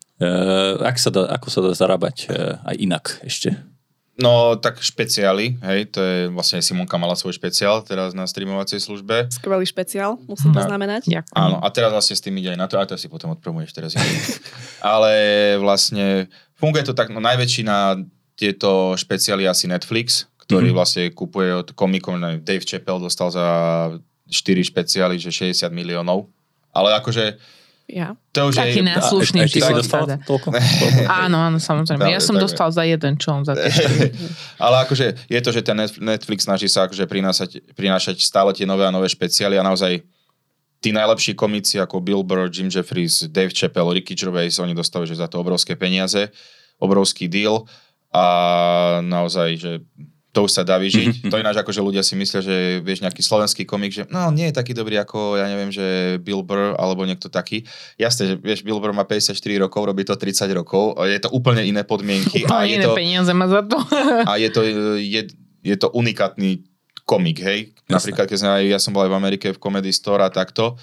Ako sa dá zarábať aj inak ešte? No, tak špeciály, hej, to je vlastne Simonka mala svoj špeciál teraz na streamovacej službe. Skvelý špeciál, musím poznamenať. Áno, a teraz vlastne s tým ide aj na to, a to si potom odpromuješ teraz. Ale vlastne funguje to tak, no najväčší na tieto špeciály asi Netflix, ktorý vlastne kupuje od komikov, Dave Chappelle dostal za 4 špeciály, že 60 miliónov. Ale akože ja. To už taký náslušný život. Ty si dostal toľko? Áno, samozrejme. Ja som dostal za jeden, čo on za tie 4. Ale akože je to, že ten Netflix snaží sa akože prinášať stále tie nové a nové špeciály a naozaj tí najlepší komici ako Bill Burr, Jim Jeffries, Dave Chappelle, Ricky Gervais, oni dostali že za to obrovské peniaze, obrovský deal a naozaj, že to už sa dá vyžiť. To ináč akože ľudia si myslia, že vieš nejaký slovenský komik, že no nie je taký dobrý ako, ja neviem, že Bill Burr alebo niekto taký. Jasné, že vieš, Bill Burr má 54 rokov, robí to 30 rokov, je to úplne iné podmienky. Úplne iné peniaze má za to. A je to unikátny komik, hej. Napríklad, keď ja som bol aj v Amerike v Comedy Store a takto.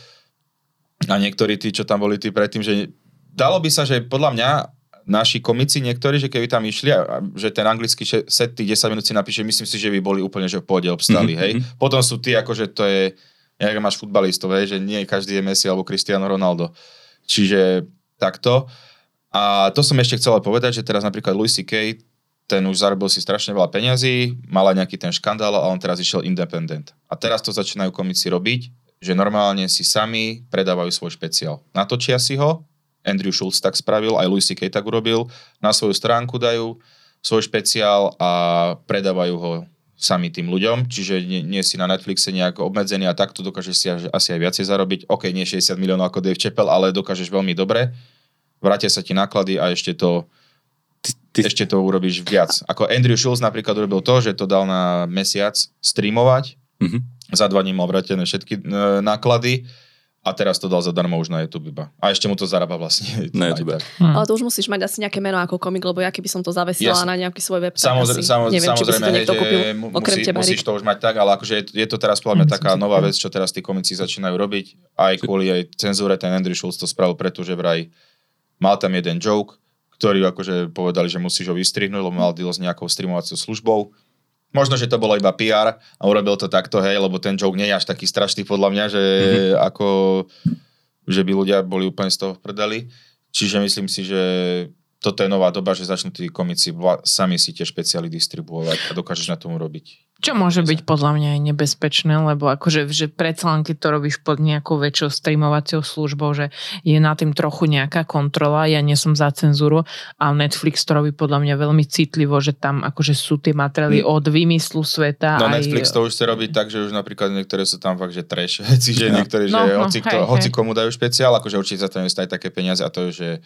A niektorí tí, čo tam boli tí predtým, že dalo by sa, že podľa mňa naši komici niektorí, že keby tam išli a že ten anglický set tých 10 minút si napíše, myslím si, že by boli úplne že v pohode obstali, hej. Potom sú tí, akože to je, jak máš futbalistov, hej, že nie každý je Messi alebo Cristiano Ronaldo. Čiže takto. A to som ešte chcel povedať, že teraz napríklad Louis C.K., ten už zarobil si strašne veľa peňazí, mal aj nejaký ten škandál a on teraz išiel independent. A teraz to začínajú komici robiť, že normálne si sami predávajú svoj špeciál. Natočia si ho, Andrew Schulz tak spravil, aj Louis C.K. tak urobil, na svoju stránku dajú svoj špeciál a predávajú ho sami tým ľuďom, čiže nie si na Netflixe nejak obmedzený a takto dokážeš si asi aj viacej zarobiť. OK, nie 60 miliónov ako Dave Chappelle, ale dokážeš veľmi dobre. Vrátia sa ti náklady a ešte to urobíš viac. Ako Andrew Schulz napríklad urobil to, že to dal na mesiac streamovať, za 2 dní mal vrátené všetky náklady a teraz to dal zadarmo už na YouTube iba. A ešte mu to zarába vlastne. Na YouTube. Ale to už musíš mať asi nejaké meno ako komik, lebo ja keby som to zavesila na nejaký svoj web, tak neviem, či by si to niekto kúpil, okrem teba. Musíš to už mať tak, ale akože je to teraz podľa mňa taká nová vec, čo teraz tí komici začínajú robiť. Aj kvôli aj cenzúre, ten Andrew Schulz to spravil preto, že vraj mal tam jeden joke, ktorý akože povedali, že musíš ho vystrihnúť, lebo mal deal s nejakou streamovacou službou. Možno, že to bolo iba PR a urobil to takto, hej, lebo ten joke nie je až taký strašný podľa mňa, že ako, že by ľudia boli úplne z toho v prdeli. Čiže myslím si, že toto je nová doba, že začnú tí komici sami si tie špeciály distribuovať a dokážeš na tom urobiť. Čo môže byť podľa mňa aj nebezpečné, lebo akože že predsa len keď to robíš pod nejakou väčšou streamovacou službou, že je na tým trochu nejaká kontrola, ja nie som za cenzúru a Netflix to robí podľa mňa veľmi citlivo, že tam akože sú tie materiály od vymyslu sveta. No aj... Netflix to už sa robí tak, že už napríklad niektoré sú tam fakt, že trash veci, že niektoré, že hoci komu dajú špeciál, akože určite za to nestajú také peniaze a to je, že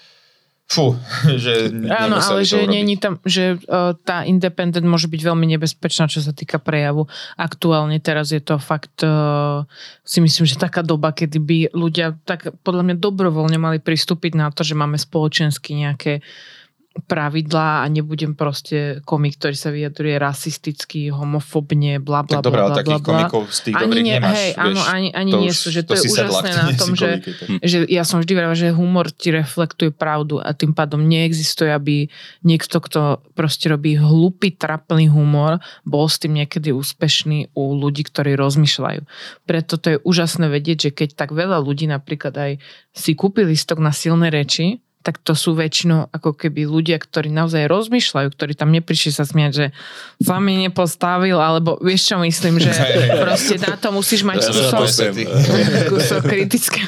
že áno, ale že není tam, že tá independent môže byť veľmi nebezpečná, čo sa týka prejavu. Aktuálne teraz je to fakt si myslím, že taká doba, kedy by ľudia tak podľa mňa dobrovoľne mali pristúpiť na to, že máme spoločensky nejaké pravidlá a nebudem proste komik, ktorý sa vyjadruje rasisticky, homofobne, blablabla. Tak dobré, ale takých komikov z tých dobrých nemáš. Hej, áno, ani nie sú, že to je úžasné na tom, že ja som vždy vravala, že humor ti reflektuje pravdu a tým pádom neexistuje, aby niekto, kto proste robí hlupý, trapný humor, bol s tým niekedy úspešný u ľudí, ktorí rozmýšľajú. Preto to je úžasné vedieť, že keď tak veľa ľudí napríklad aj si kúpi lístok na silné reči, tak to sú väčšinou ako keby ľudia, ktorí naozaj rozmýšľajú, ktorí tam neprišli sa smiať, že sa mi nepostavil, alebo vieš čo myslím, že proste na to musíš mať kúsok kritického.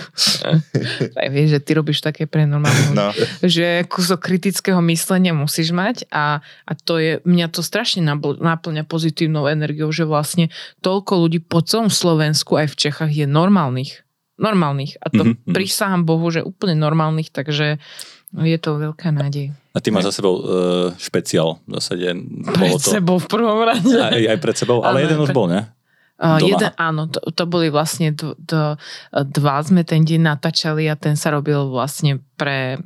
Tak vieš, že ty robíš také prenormálne. No. Že kúsok kritického myslenia musíš mať a to je, mňa to strašne náplňa pozitívnou energiou, že vlastne toľko ľudí po celom Slovensku aj v Čechách je normálnych. A to prisahám Bohu, že úplne normálnych, takže je to veľká nádej. A ty máš za sebou špeciál v zásade. Pred sebou v prvom rade. Aj pred sebou, ale jeden už bol, ne? Jeden, áno, to boli vlastne dva sme ten deň natáčali a ten sa robil vlastne pre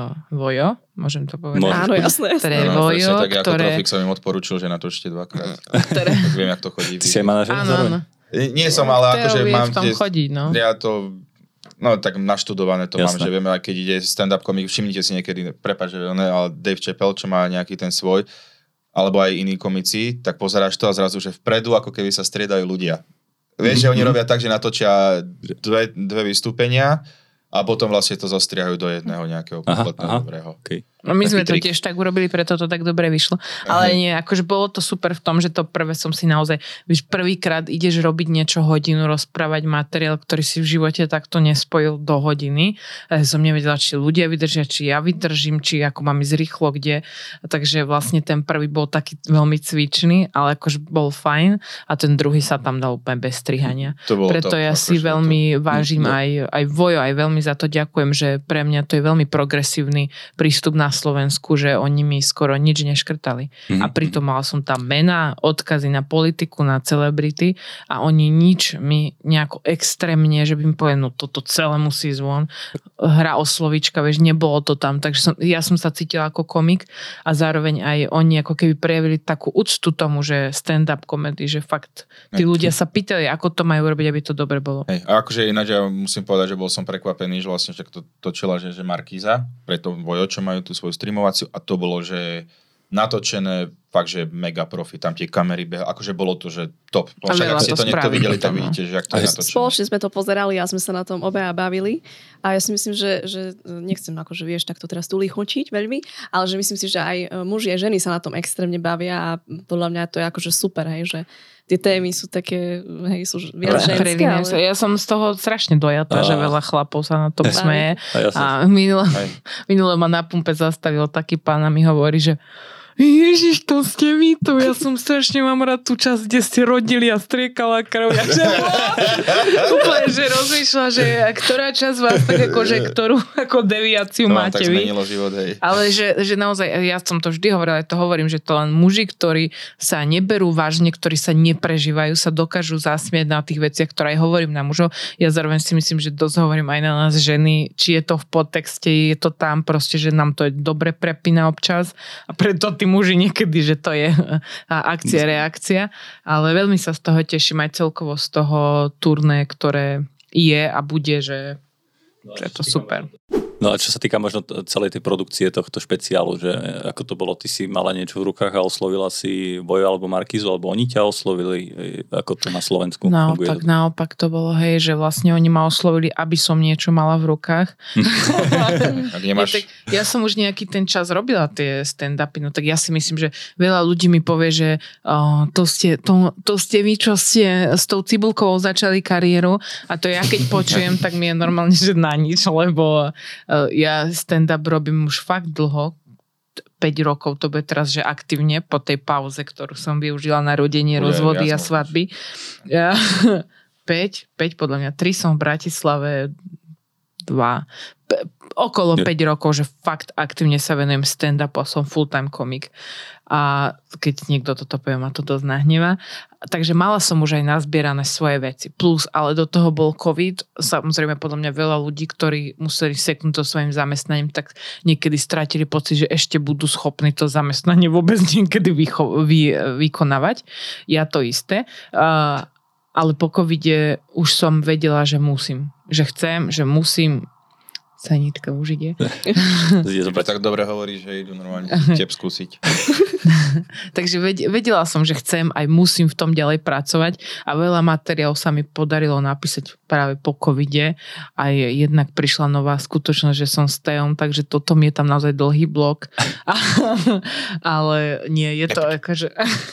Vojo, môžem to povedať? Áno, jasné. Pre Vojo, tak ktoré... Ako Trofik som im odporúčil, že natočíte dvakrát. Tak viem, jak to chodí. Ty si aj manažer? Áno. Nie som, ale akože mám... Chodiť, no. Ja to... No tak naštudované to Jasné. Mám, že vieme, aj keď ide stand-up komik, všimnite si niekedy, prepáč, ale Dave Chappelle, čo má nejaký ten svoj, alebo aj iní komici, tak pozeráš to a zrazu, že vpredu ako keby sa striedajú ľudia. Vieš, že oni robia tak, že natočia dve vystúpenia a potom vlastne to zostrihajú do jedného nejakého kompletného dobrého. Okay. No my sme to tiež tak urobili, preto to tak dobre vyšlo. Ale nie, akože bolo to super v tom, že to prvé som si naozaj, víš, prvýkrát ideš robiť niečo hodinu, rozprávať materiál, ktorý si v živote takto nespojil do hodiny. Ja som nevedela, či ľudia vydržia, či ja vydržím, či ako mám ísť rýchlo, kde. Takže vlastne ten prvý bol taký veľmi cvičný, ale akože bol fajn a ten druhý sa tam dal úplne bez strihania. Preto ja si veľmi vážim aj Vojo, aj veľmi za to ďakujem, že pre mňa to je veľmi progresívny prístup na Slovensku, že oni mi skoro nič neškrtali. A pritom mala som tam mená, odkazy na politiku, na celebrity a oni nič mi nejako extrémne, že by mi povedali, no toto celé musí ísť von. Hra o slovíčka, vieš, nebolo to tam. Takže ja som sa cítila ako komik a zároveň aj oni ako keby prejavili takú úctu tomu, že stand-up comedy, že fakt tí ľudia sa pýtali, ako to majú robiť, aby to dobre bolo. Hej. A akože ináč ja musím povedať, že bol som prekvapený, že vlastne však to točila, že Markíza, preto Vojo, čo majú tú svoju streamovaciu a to bolo, že natočené fakt, že mega profi, tam tie kamery akože bolo to, že top. Však ak ste to niekto videli, tak vidíte, že ak to je natočené. Spoločne sme to pozerali a sme sa na tom obaja bavili a ja si myslím, že nechcem akože vieš takto teraz tu lichočiť veľmi, ale že myslím si, že aj muži a ženy sa na tom extrémne bavia a podľa mňa to je akože super, hej, že tie témy sú také, hej, sú viac ženské. Ale... Ja som z toho strašne dojatá, že veľa chlapov sa na to smeje. A minule ma na pumpe zastavil taký pán a mi hovorí, že Ježiš, to ste vy tu. Ja som strašne mám rád tú časť, kde ste rodili a striekala krv. Ja že úplne, že rozmýšľa, že ktorá časť vás tak akože, ktorú ako deviáciu to máte tak vy. zmenilo život, hej. Ale že naozaj, ja som to vždy hovorila, to hovorím, že to len muži, ktorí sa neberú vážne, ktorí sa neprežívajú, sa dokážu zasmiať na tých veciach, ktoré aj hovorím na mužov. Ja zároveň si myslím, že dosť hovorím aj na nás ženy, či je to v podtexte, je to tam proste, že nám to je dobre prepína občas a preto tí muži niekedy, že to je akcia, reakcia, ale veľmi sa z toho teším aj celkovo z toho turné, ktoré je a bude, že je to super. No a čo sa týka možno celej tej produkcie tohto špeciálu, že ako to bolo, ty si mala niečo v rukách a oslovila si Voju alebo Markízu, alebo oni ťa oslovili, ako to na Slovensku funguje? Tak naopak to bolo, hej, že vlastne oni ma oslovili, aby som niečo mala v rukách. Ak nemáš... Ja som už nejaký ten čas robila tie stand-upy, no tak ja si myslím, že veľa ľudí mi povie, že to ste vy, čo ste s tou cibulkovou začali kariéru a to ja keď počujem, tak mi je normálne, že na nič, lebo ja stand-up robím už fakt dlho, 5 rokov, to bude teraz, že aktívne po tej pauze, ktorú som využila na rodenie, rozvody a svadby. 5 podľa mňa, 3 som v Bratislave, 2, okolo 5 rokov, že fakt aktívne sa venujem stand-upu a som full-time komik. A keď niekto toto povie, ma to dosť nahnevá. Takže mala som už aj nazbierané svoje veci. Plus, ale do toho bol COVID. Samozrejme, podľa mňa veľa ľudí, ktorí museli seknúť to svojim zamestnaním, tak niekedy strátili pocit, že ešte budú schopní to zamestnanie vôbec niekedy vykonávať. Ja to isté. Ale po covide už som vedela, že musím. Že chcem, že musím. Sanička už ide. Tak dobre hovorí, že idú normálne teb skúsiť. Takže vedela som, že chcem, aj musím v tom ďalej pracovať a veľa materiálov sa mi podarilo napísať práve po covide. Aj jednak prišla nová skutočnosť, že som s Teom, takže toto mi je tam naozaj dlhý blok. Ale nie, je to akože...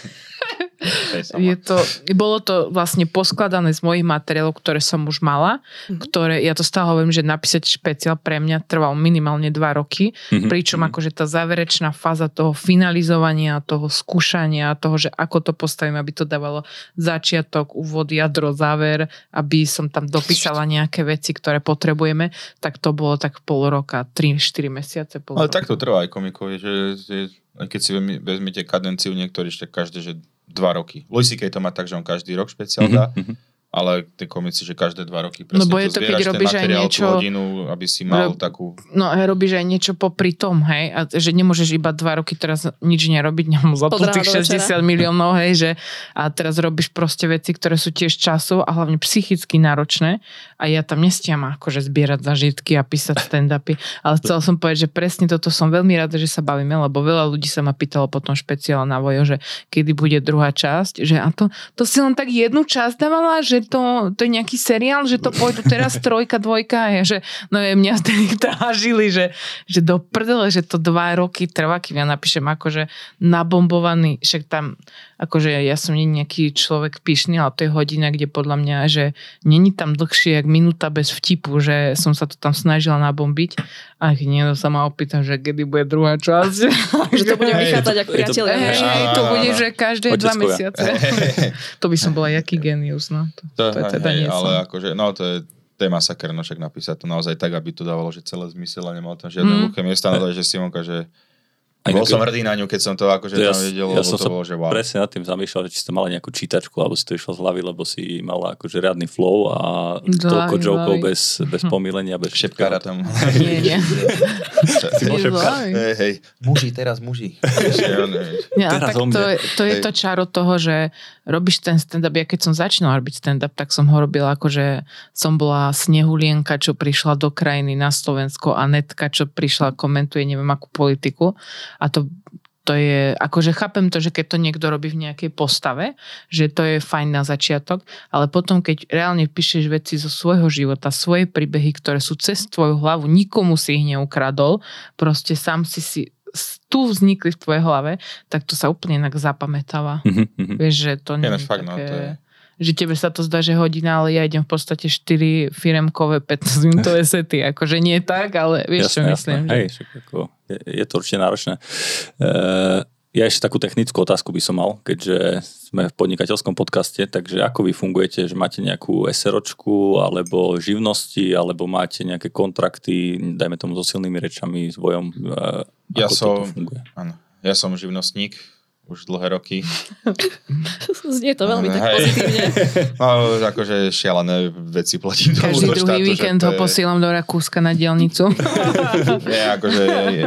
Bolo to vlastne poskladané z mojich materiálov, ktoré som už mala, ktoré, ja to stále hovorím, že napísať špeciál pre mňa trval minimálne 2 roky, pričom akože tá záverečná fáza toho finalizovania, toho skúšania, toho, že ako to postavím, aby to dávalo začiatok, úvod, jadro, záver, aby som tam dopísala nejaké veci, ktoré potrebujeme, tak to bolo tak pol roka, 3-4 mesiace. Ale tak to trvá aj komikovi, že keď si vezmete kadenciu niektorí, ešte každé, že 2 roky. Louis C.K. to má tak, že on každý rok špeciál dá, ale tie komici, že každé 2 roky presne je to to, keď zbieraš, robíš ten materiál, niečo, tú hodinu, aby si mal takú... No a robíš aj niečo popri tom, hej, a že nemôžeš iba 2 roky teraz nič nerobiť, nemám za to tých 60 miliónov, hej, že a teraz robíš proste veci, ktoré sú tiež časov a hlavne psychicky náročné a ja tam nestiam akože zbierať zažitky a písať stand-upy, ale chcela som povedať, že presne toto som veľmi rada, že sa bavíme, lebo veľa ľudí sa ma pýtalo potom špeciál na Vojo, že kedy bude druhá časť, že a to si len tak jednu časť dávala, že to je nejaký seriál, že to pôjdu teraz 3, 2 že no je mňa vtedy trážili, že do prdele, že to 2 roky trvá, kým ja napíšem akože nabombovaný, však tam akože ja som nie nejaký človek pyšný, ale to je hodina, kde podľa mňa, že není tam dlhšie jak minúta bez vtipu, že som sa to tam snažila nabombiť a keď niekto sa ma opýta, že kedy bude druhá časť. Že to bude vychádzať ako priateľe. To bude, že každé 2 mesiace. To by som bola jaký genius, no. To je teda nie som. Ale akože, no to je masaker, no však napísať to naozaj tak, aby to dávalo, že celé zmysel a nemal tam žiadne hluché miesta, no že Simonka, že bol som hrdý na ňu, keď som to akože tam videl, lebo to bolo, že wow. Presne nad tým zamýšľal, že či ste mala nejakú čítačku, alebo si to išlo z hlavy, lebo si mala akože riadny flow a toľko jokov bez pomýlenia, bez šepkára tam. Nie. Si bol šepkár. Hej, teraz muži. Tak to je to čaro toho, že robíš ten stand-up. Ja keď som začínala robiť stand-up, tak som ho robila akože som bola Snehulienka, čo prišla do krajiny na Slovensko a Netka, čo prišla komentuje neviem akú politiku. A to je, akože chápem to, že keď to niekto robí v nejakej postave, že to je fajn na začiatok, ale potom, keď reálne píšeš veci zo svojho života, svoje príbehy, ktoré sú cez tvoju hlavu, nikomu si ich neukradol, proste sám si tu vznikli v tvojej hlave, tak to sa úplne inak zapamätáva. Vieš, že to nie je také... No, to je... Že tebe sa to zdá, že hodina, ale ja idem v podstate 4 firemkové 15-minútové sety. Akože nie tak, ale vieš, čo myslím. Hej, že... je to určite náročné. Ja ešte takú technickú otázku by som mal, keďže sme v podnikateľskom podcaste, takže ako vy fungujete, že máte nejakú SROčku, alebo živnosti, alebo máte nejaké kontrakty, dajme tomu so silnými rečami, s vojom, toto funguje? Áno, ja som živnostník, už dlhé roky. Znie to veľmi tak pozitívne. No, akože šialené veci platím do Každý štátu, druhý víkend ho posielam do Rakúska na diaľnicu. Nie, akože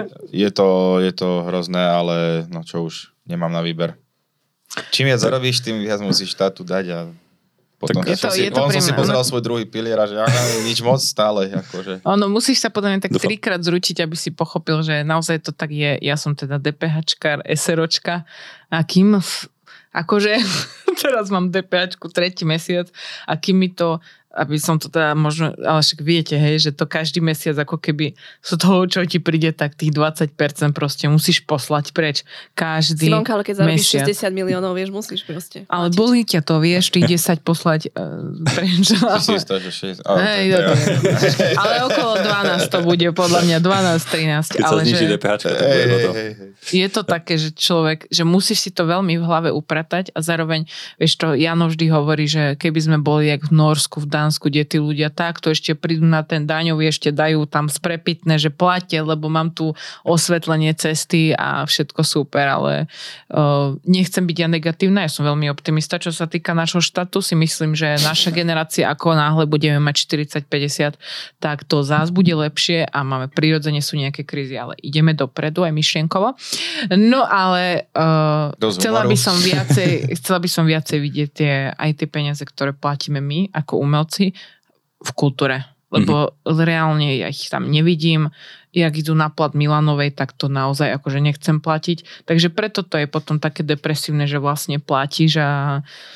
je to hrozné, ale no čo už, nemám na výber. Čím viac zarobíš, tým viac musíš štátu dať a potom je to som si pozeral svoj druhý pilier a že nič moc stále. Akože. Ono, musíš sa podľa mňa tak 3-krát zručiť, aby si pochopil, že naozaj to tak je. Ja som teda DPHčkár, SROčka a kým akože teraz mám DPHčku 3. mesiac a kým mi to, aby som to teda možno, ale však viete, hej, že to každý mesiac ako keby z toho, čo ti príde, tak tých 20% proste musíš poslať preč. Každý Simonka, ale keď zarobíš mesiac. 60 miliónov, vieš, musíš proste. Ale bolí ťa to, vieš, tých 10 poslať preč. Si istá, že 6. Ale okolo 12 to bude, podľa mňa 12-13. Keď sa zniží DPH, tak bude to. Je to také, že človek, že musíš si to veľmi v hlave upratať a zároveň, vieš to, Jano vždy hovorí, že keby sme boli jak v Norsku, v Dánsku, kde tí ľudia takto ešte prídu na ten daňový, ešte dajú tam sprepitné, že platia, lebo mám tu osvetlenie cesty a všetko super, ale nechcem byť ja negatívna, ja som veľmi optimista, čo sa týka našho štátu, si myslím, že naša generácia, ako náhle budeme mať 40-50, tak to zás bude lepšie a máme prirodzene sú nejaké krízy, ale ideme dopredu aj myšlienkovo. No ale chcela by som viacej vidieť aj tie peniaze, ktoré platíme my ako umelci v kultúre. Lebo reálne ja ich tam nevidím. Jak idú na plat Milanovej, tak to naozaj akože nechcem platiť. Takže preto to je potom také depresívne, že vlastne platíš a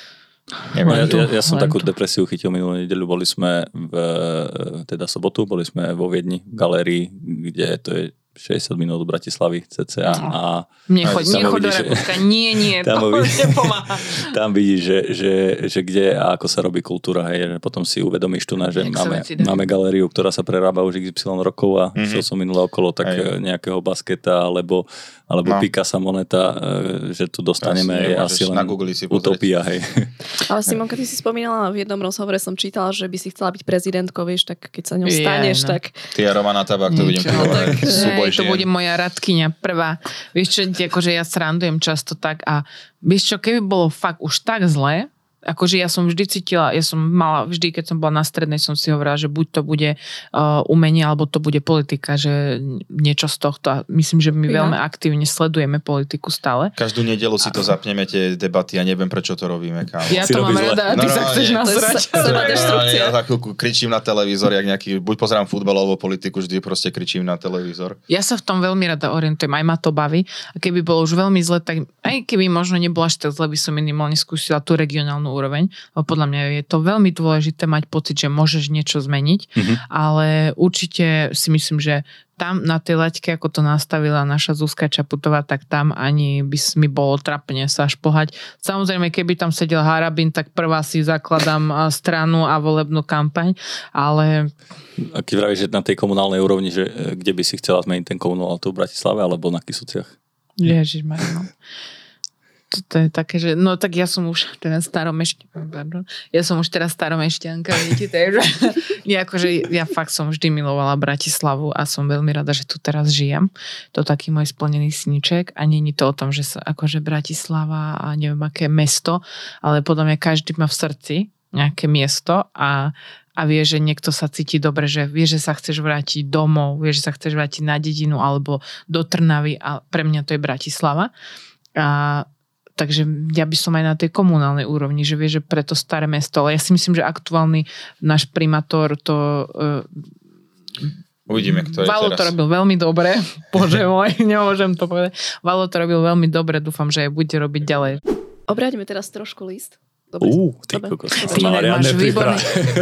ja som takú depresiu chytil minulú nedeľu. Boli sme teda sobotu, boli sme vo Viedni v galérii, kde to je 60 minút do Bratislavy cca a nechod do Rakúska, nie, to nepomáha. Tam vidíš, že kde a ako sa robí kultúra, hej, že potom si uvedomíš tu, že máme galériu, ktorá sa prerába už XY rokov a šiel som minulé okolo tak nejakého basketa alebo Picasa moneta, že tu dostaneme asi len utopia, hej. Ale Simonka, ty si spomínala, v jednom rozhovore som čítala, že by si chcela byť prezidentkou, vieš, tak keď sa ňou staneš, tak... Ty a Romana Tabák, to budem to bude moja radkyňa prvá. Vieš čo, akože ja srandujem často tak a vieš čo, keby bolo fakt už tak zlé, akože ja som vždy cítila, ja som mala vždy, keď som bola na strednej, som si hovorila, že buď to bude umenie, alebo to bude politika, že niečo z tohto. A myslím, že my veľmi aktívne sledujeme politiku stále. Každú nedeľu si to zapneme, tie debaty a neviem, prečo to robíme. Kámo. Ja to mám rada a ty sa chceš nasrať. Ja tak kričím na televízor, jak nejaký, buď pozerám futbal alebo politiku, vždy proste kričím na televízor. Ja sa v tom veľmi rada orientujem, aj ma to baví. A keby bolo už veľmi zle, tak aj keby možno nebolo až tak zle, by som minimálne skúsila tú regionálnu úroveň, lebo podľa mňa je to veľmi dôležité mať pocit, že môžeš niečo zmeniť, ale určite si myslím, že tam na tej laťke, ako to nastavila naša Zuzka Čaputová, tak tam ani by mi bolo trapne sa šplhať. Samozrejme, keby tam sedel Harabin, tak prvá si zakladám stranu a volebnú kampaň, ale... A keď vravíš, že na tej komunálnej úrovni, že kde by si chcela zmeniť ten komunál, to v Bratislave alebo na Kysuciach? Ježišmarja, no. To je také, že no tak ja som už teraz staromešťanka, vidíte, takže ja fakt som vždy milovala Bratislavu a som veľmi rada, že tu teraz žijem. To je taký môj splnený sníček a nie je to o tom, že sa akože Bratislava a neviem aké mesto, ale podľa mňa každý má v srdci nejaké miesto a vie, že niekto sa cíti dobre, že vie, že sa chceš vrátiť domov, vie, že sa chceš vrátiť na dedinu alebo do Trnavy a pre mňa to je Bratislava. Takže ja by som aj na tej komunálnej úrovni, že vie, že pre to staré mesto, ale ja si myslím, že aktuálny náš primátor to... Uvidíme, kto je Valo teraz. to robil veľmi dobre, bože môj, nemôžem to povedať. Valo to robil veľmi dobre, dúfam, že aj bude robiť ďalej. Obráťme teraz trošku list. Ty kokos. Máš výborný...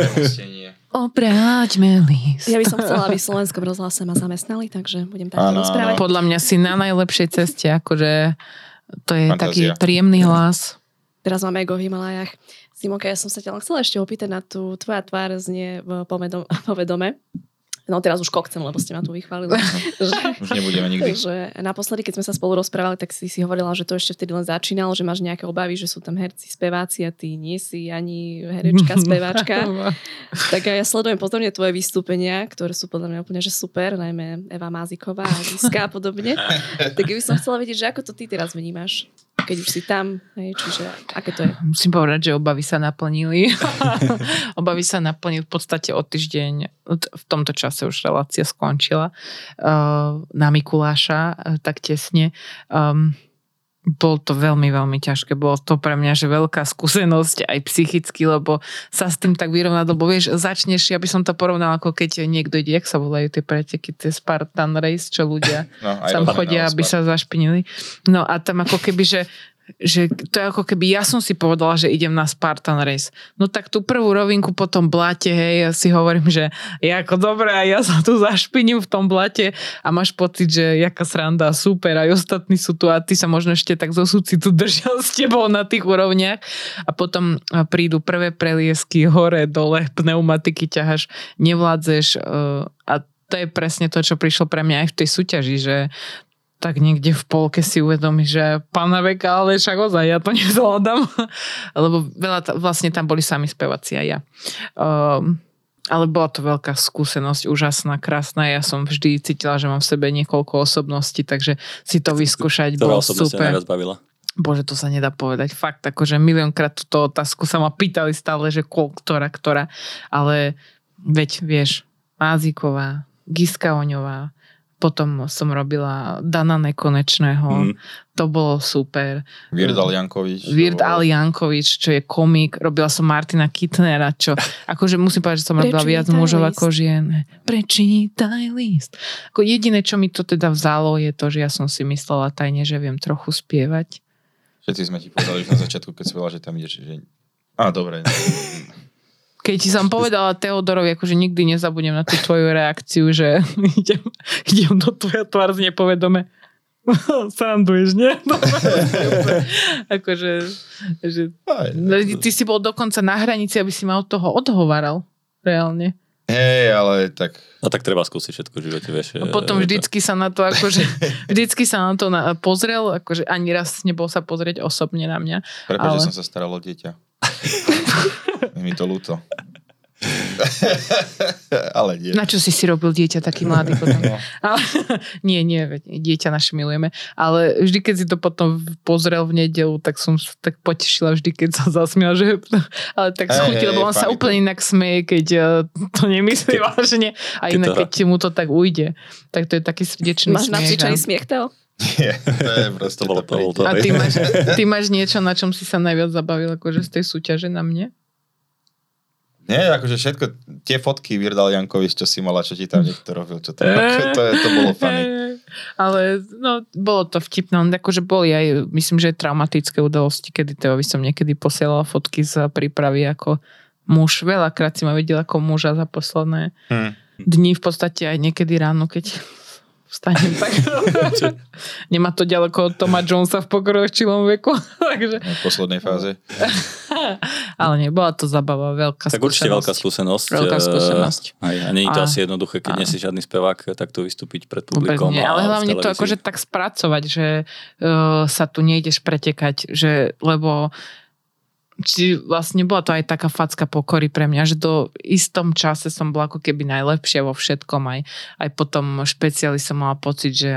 Obráťme list. Ja by som chcela, aby v Slovenskom rozhlase ma zamestnali, takže budem takto rozprávať. Podľa mňa si na najlepšej ceste, akože to je Fantázia. taký príjemný hlas. Teraz máme ego v Himalajách. Simonka, ja som sa ťa chcela ešte opýtať na tú tvoja tvár znie povedome. No teraz už kokcem, lebo ste ma tu vychválili. Už nebudeme nikdy. Že naposledy, keď sme sa spolu rozprávali, tak si hovorila, že to ešte vtedy len začínalo, že máš nejaké obavy, že sú tam herci, speváci a ty nie si ani herečka, speváčka. Tak ja sledujem pozorne tvoje vystúpenia, ktoré sú podľa mňa úplne že super, najmä Eva Máziková a Giska a podobne. Tak by som chcela vedieť, že ako to ty teraz vnímaš, keď už si tam, hej, čiže aké to je? Musím povedať, že obavy sa naplnili. Obavy sa naplnili v podstate o týždeň. V tomto čase už relácia skončila na Mikuláša, tak tesne. Bolo to veľmi, veľmi ťažké. Bolo to pre mňa, že veľká skúsenosť aj psychicky, lebo sa s tým tak vyrovnať, lebo vieš, začneš, ja by som to porovnala, ako keď niekto ide, jak sa volajú tie preteky, tie Spartan Race, čo ľudia tam chodia, aby sa zašpinili. No a tam ako keby, že to je ako keby ja som si povedala, že idem na Spartan Race. No tak tú prvú rovinku po tom blate, hej, ja si hovorím, že je ako dobré a ja sa tu zašpiním v tom blate a máš pocit, že jaká sranda, super, aj ostatní sú tu a ty sa možno ešte tak zo súcitu držal s tebou na tých úrovniach a potom prídu prvé preliesky hore, dole, pneumatiky ťaháš, nevládzeš a to je presne to, čo prišlo pre mňa aj v tej súťaži, že tak niekde v polke si uvedomí, že pána veka, ale však ozaj, ja to nezvládam. Lebo vlastne tam boli sami speváci a ja. Ale bola to veľká skúsenosť, úžasná, krásna. Ja som vždy cítila, že mám v sebe niekoľko osobností, takže si to vyskúšať bolo super. Ktorá osobnosť najviac bavila? Bože, to sa nedá povedať. Fakt, akože miliónkrát túto otázku sa ma pýtali stále, že ktorá. Ale veď, vieš, Máziková, Giska Oňová, potom som robila Dana Nekonečného. To bolo super. Virt Jankovič, čo je komik. Robila som Martina Kittnera, čo akože musím povedať, že som robila viac mužov ako žien. Prečítaj list. Ako jediné, čo mi to teda vzalo, je to, že ja som si myslela tajne, že viem trochu spievať. Všetci sme ti povedali na začiatku, keď si povedala, že tam ideš, že... dobre. Keď ti som povedala Teodorovi, akože nikdy nezabudnem na tú tvoju reakciu, že idem do tvoja tvár z nepovedome. Sranduješ, nie? Akože, že... Ty si bol dokonca na hranici, aby si ma od toho odhovaral. Reálne. Hej, ale tak... No tak treba skúsiť všetko v živote, vieš. A potom vždycky sa na to akože... Vždycky sa na to pozrel, akože ani raz nebol sa pozrieť osobne na mňa. Prepáč, že som sa staral o dieťa. Je mi to ľúto. Ale nie. Na čo si robil dieťa taký mladý potom? No. Ale, nie, dieťa naše milujeme. Ale vždy, keď si to potom pozrel v nedeľu, tak som sa tak potešila vždy, keď sa zasmial, že... Ale tak schutí, lebo on sa úplne inak smeje, keď to nemyslí vážne. A inak, keď mu to tak ujde. Tak to je taký srdečný smiech. Máš nacvičený smiech, Teo? Nie, to je proste to bolo. A ty máš niečo, na čom si sa najviac zabavil, akože z tej súťaže na mne? Nie, akože všetko, tie fotky Virdal Jankovič, čo si mala, čo ti tam niekto robil, čo to bolo funny. Ale no, bolo to vtipné, akože boli aj, myslím, že traumatické udalosti, kedy Teovi som niekedy posielala fotky z prípravy ako muž. Veľakrát si ma videl ako muža za posledné dni, v podstate aj niekedy ráno, keď vstanem tak. Nemá to ďaleko od Toma Jonesa v pokročilom veku. Takže... V poslednej fáze. Ale nebola to zabava, veľká skúsenosť. Tak určite veľká skúsenosť. Veľká skúsenosť. A nie je to asi jednoduché, keď nie si žiadny spevák, tak to vystúpiť pred publikom. Ale hlavne to akože tak spracovať, že sa tu nejdeš pretekať, že, lebo či vlastne bola to aj taká facka pokory pre mňa, že do istom čase som bola ako keby najlepšia vo všetkom, aj potom špeciáli som mala pocit, že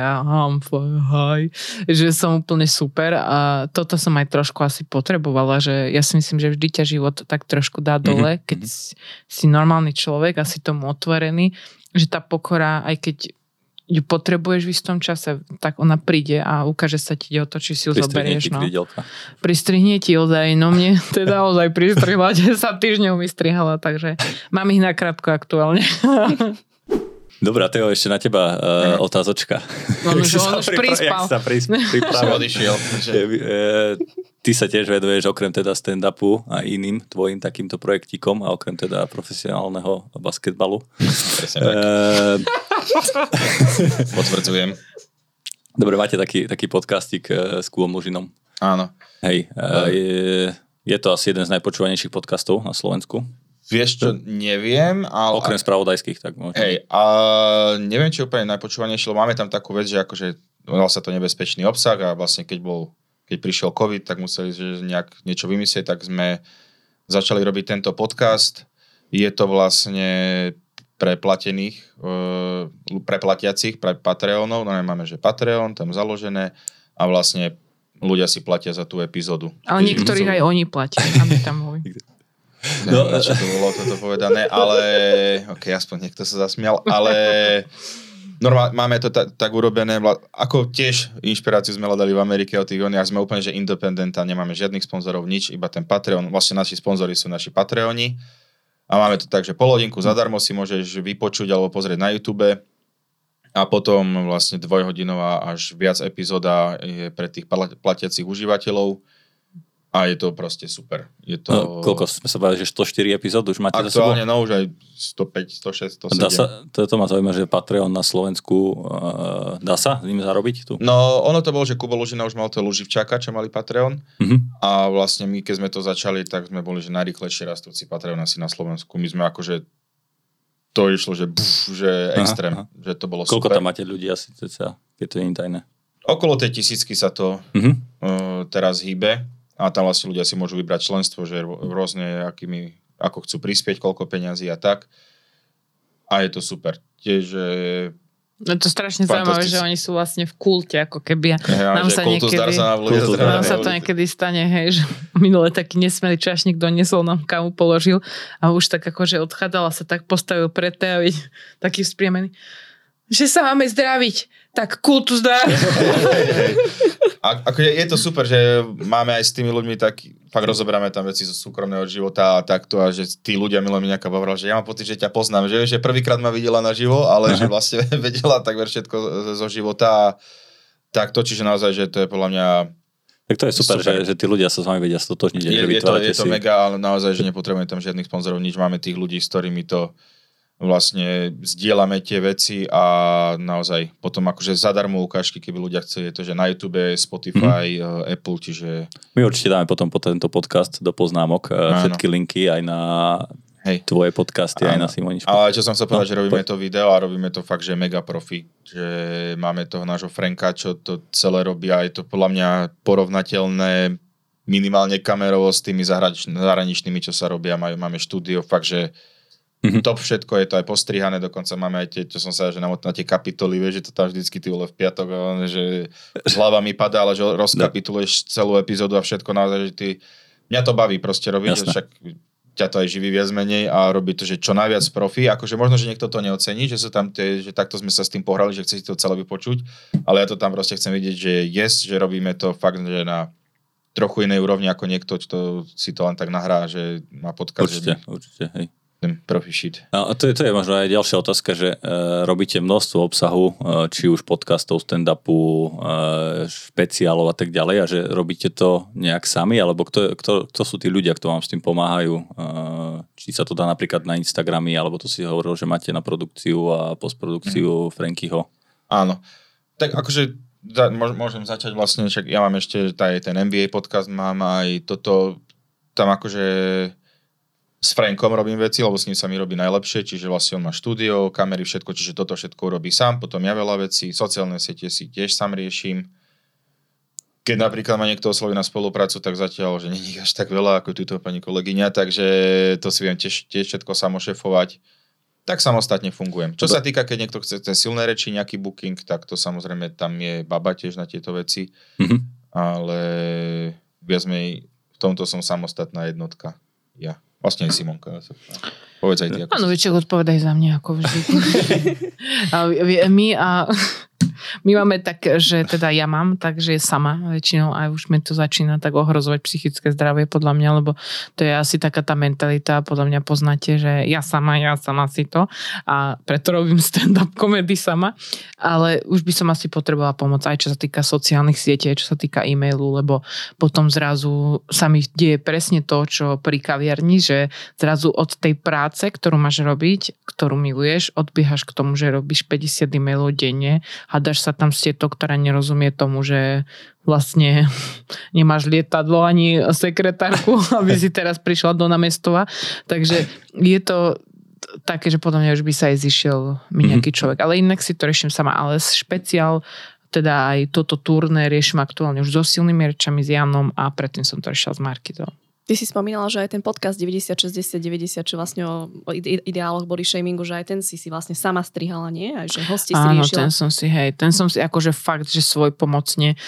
že som úplne super a toto som aj trošku asi potrebovala, že ja si myslím, že vždy ťa život tak trošku dá dole, keď si normálny človek a si tomu otvorený, že tá pokora, aj keď ju potrebuješ v istom čase, tak ona príde a ukáže sa ti o to, či si ju zoberieš. Pristrihne ti ozaj, no mne teda ozaj pristrihla, 10 týždňov mi strihala, takže mám ich nakrátko aktuálne. Dobre, Teo, ešte na teba otázočka. On už prispal. Jak sa pripravil. Ty sa tiež veduješ okrem teda stand-upu a iným tvojim takýmto projektíkom a okrem teda profesionálneho basketbalu. Potvrdzujem. Dobre, máte taký podcastik s Kubom Lužinom. Áno. Hej, je to asi jeden z najpočúvanejších podcastov na Slovensku. Vieš čo, neviem, ale... Okrem spravodajských, tak možno. Hej, a neviem, či úplne najpočúvanejšie, lebo máme tam takú vec, že akože volal sa to nebezpečný obsah a vlastne keď prišiel COVID, tak museli niečo vymyslieť, tak sme začali robiť tento podcast. Je to vlastne pre platiacich, pre Patreonov, no máme, že Patreon, tam založené a vlastne ľudia si platia za tú epizódu. Ale niektorých aj oni platia, aby tam boli. No, čo to bolo toto povedané, ale aspoň niekto sa zasmial, ale normálne máme to tak urobené, ako tiež inšpiráciu sme hľadali v Amerike od tých a sme úplne, že independent a nemáme žiadnych sponzorov, nič, iba ten Patreon, vlastne naši sponzori sú naši Patreoni a máme to tak, že pol hodinku zadarmo si môžeš vypočuť alebo pozrieť na YouTube a potom vlastne 2-hodinová až viac epizóda je pre tých platiacich užívateľov. A je to proste super. Je to... No, koľko sme sa bavili, že 104 epizód už máte za sebou? Aktuálne, no už aj 105, 106, 107. Dá sa, to ma zaujíma, že Patreon na Slovensku, dá sa s ním zarobiť tu? No, ono to bolo, že Kubo Lužina už mal to Luživčáka, čo mali Patreon. A vlastne my, keď sme to začali, tak sme boli, že najrýchlejšie rastúci Patreon asi na Slovensku. My sme akože to išlo, že extrém, že to bolo koľko super. Koľko tam máte ľudí asi, keď to je tajné? Okolo tej 1000 sa to teraz hýbe. A tam vlastne ľudia si môžu vybrať členstvo, že rôzne, ako chcú prispieť, koľko peňazí a tak. A je to super. Tiež, no to strašne zaujímavé, že oni sú vlastne v kulte, ako keby. Nám sa to niekedy stane, hej, že minule taký nesmelý čašník doniesol nám kávu, položil a už tak akože odchádzal a sa tak postavil pred tej, taký vzpriemený, že sa máme zdraviť, tak kultu zdravia. Ako je to super, že máme aj s tými ľuďmi tak, fakt rozoberáme tam veci zo súkromného života a takto a že tí ľudia milo mi nejaká hovorila, že ja mám pocit, že ťa poznám, že prvýkrát ma videla naživo, ale že vlastne vedela takmer všetko zo života a takto, čiže naozaj, že to je podľa mňa tak to je super. Že tí ľudia sa s vami vedia stotožniť. Je to mega, ale naozaj, že nepotrebujeme tam žiadnych sponzorov, nič, máme tých ľudí, s ktorými to vlastne zdieľame tie veci a naozaj potom akože zadarmo ukážky, keby ľudia chceli, je to, že na YouTube, Spotify, Apple, čiže... My určite dáme potom po tento podcast do poznámok všetky linky aj na tvoje podcasty, aj na Simoniš. Ale čo som chcel povedať, že robíme to video a robíme to fakt, že mega profi, že máme toho nášho Franka, čo to celé robí a je to podľa mňa porovnateľné minimálne kamerovo s tými zahraničnými, čo sa robia, máme štúdio, fakt, že top všetko, je to aj postrihané, dokonca máme aj tie, čo som sa, že na tie kapitoly, vieš, že to tam vždycky ty vole v piatok, že hlava mi padá, ale že rozkapituluješ celú epizódu a všetko naozaj, že mňa to baví proste robiť, že však ťa to aj živí viac menej a robí to, že čo najviac profi, akože možno, že niekto to neocení, že sú tam že takto sme sa s tým pohrali, že chce si to celé vypočuť, ale ja to tam proste chcem vidieť, že že robíme to fakt, že na trochu inej úrovni ako niekto, čo si to len tak nahrá, že má podcast. Určite, hej. Profi shit. A to je možno aj ďalšia otázka, že robíte množstvo obsahu, či už podcastov, stand-upu, špeciálov a tak ďalej a že robíte to nejak sami, alebo kto sú tí ľudia, kto vám s tým pomáhajú? Či sa to dá napríklad na Instagramy, alebo to si hovoril, že máte na produkciu a postprodukciu Frankyho? Áno. Tak akože môžem začať vlastne, však ja mám ešte ten NBA podcast, mám aj toto, tam akože s Frankom robím veci, lebo s ním sa mi robí najlepšie, čiže vlastne on má štúdio, kamery, všetko, čiže toto všetko robí sám, potom ja veľa vecí, sociálne siete si tiež sám riešim. Keď napríklad ma niekto osloví na spoluprácu, tak zatiaľ, že nie je až tak veľa ako túto pani kolegyňa, takže to si viem tiež všetko samošefovať. Tak samostatne fungujem. Čo sa týka, keď niekto chce silné reči, nejaký booking, tak to samozrejme tam je baba tiež na tieto veci, ale viac menej v tomto som samostatná jednotka. Ja. Vlastne aj Simonka. Povedz aj ty. Áno, Veček, odpovedaj za mňa, ako vždy. My máme tak, že teda ja mám, takže sama väčšinou aj už mi to začína tak ohrozovať psychické zdravie podľa mňa, lebo to je asi taká tá mentalita, podľa mňa poznáte, že ja sama si to a preto robím stand-up komedy sama, ale už by som asi potrebovala pomoc aj čo sa týka sociálnych sietí, čo sa týka e-mailu, lebo potom zrazu sa mi deje presne to, čo pri kaviarni, že zrazu od tej práce, ktorú máš robiť, ktorú miluješ, odbiehaš k tomu, že robíš 50 e-mailov denne, hádaš stretáš sa tam s tieto, ktorá nerozumie tomu, že vlastne nemáš lietadlo ani sekretárku, aby si teraz prišla do námestova. Takže je to také, že podľa mňa už by sa aj zišiel mi nejaký človek. Ale inak si to riešim sama. Ale špeciál, teda aj toto turné riešim aktuálne už so silnými rečami, s Janom a predtým som to riešila s Markitou. Ty si spomínala, že aj ten podcast 90-60-90, čo vlastne o ideáloch body shamingu, že aj ten si vlastne sama strihala, nie? Aj že hosti si riešila. Áno, ten som si akože fakt, že svoj pomocne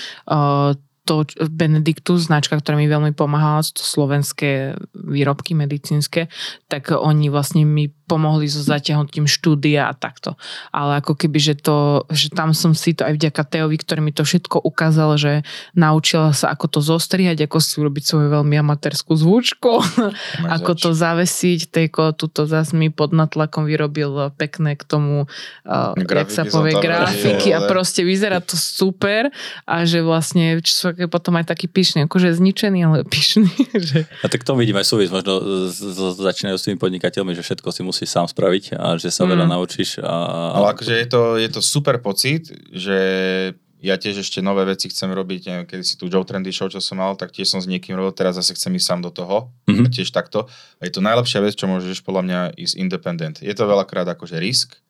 to Benediktus, značka, ktorá mi veľmi pomáhala, to slovenské výrobky medicínske, tak oni vlastne mi pomohli so zaťahnutím štúdia a takto. Ale ako keby, že tam som si to aj vďaka Teovi, ktorý mi to všetko ukázal, že naučila sa, ako to zostrihať, ako si urobiť svoju veľmi amatérskú zvučku, ako to zavesiť. Tejko tuto zase mi pod natlakom vyrobil pekné k tomu, jak sa povie, grafiky a proste vyzerá to super a že vlastne potom aj taký pyšný, akože zničený, ale pyšný. Že... A tak to vidím aj súvis možno začínajú s tými podnikateľmi, že všetko si musí sám spraviť a že sa veľa naučíš. Ale akože je to super pocit, že ja tiež ešte nové veci chcem robiť, neviem, kedy si tu Joe Trendy Show, čo som mal, tak tiež som s niekým robil, teraz zase chcem ísť sám do toho, a tiež takto. A je to najlepšia vec, čo môžeš podľa mňa ísť independent. Je to veľakrát akože risk,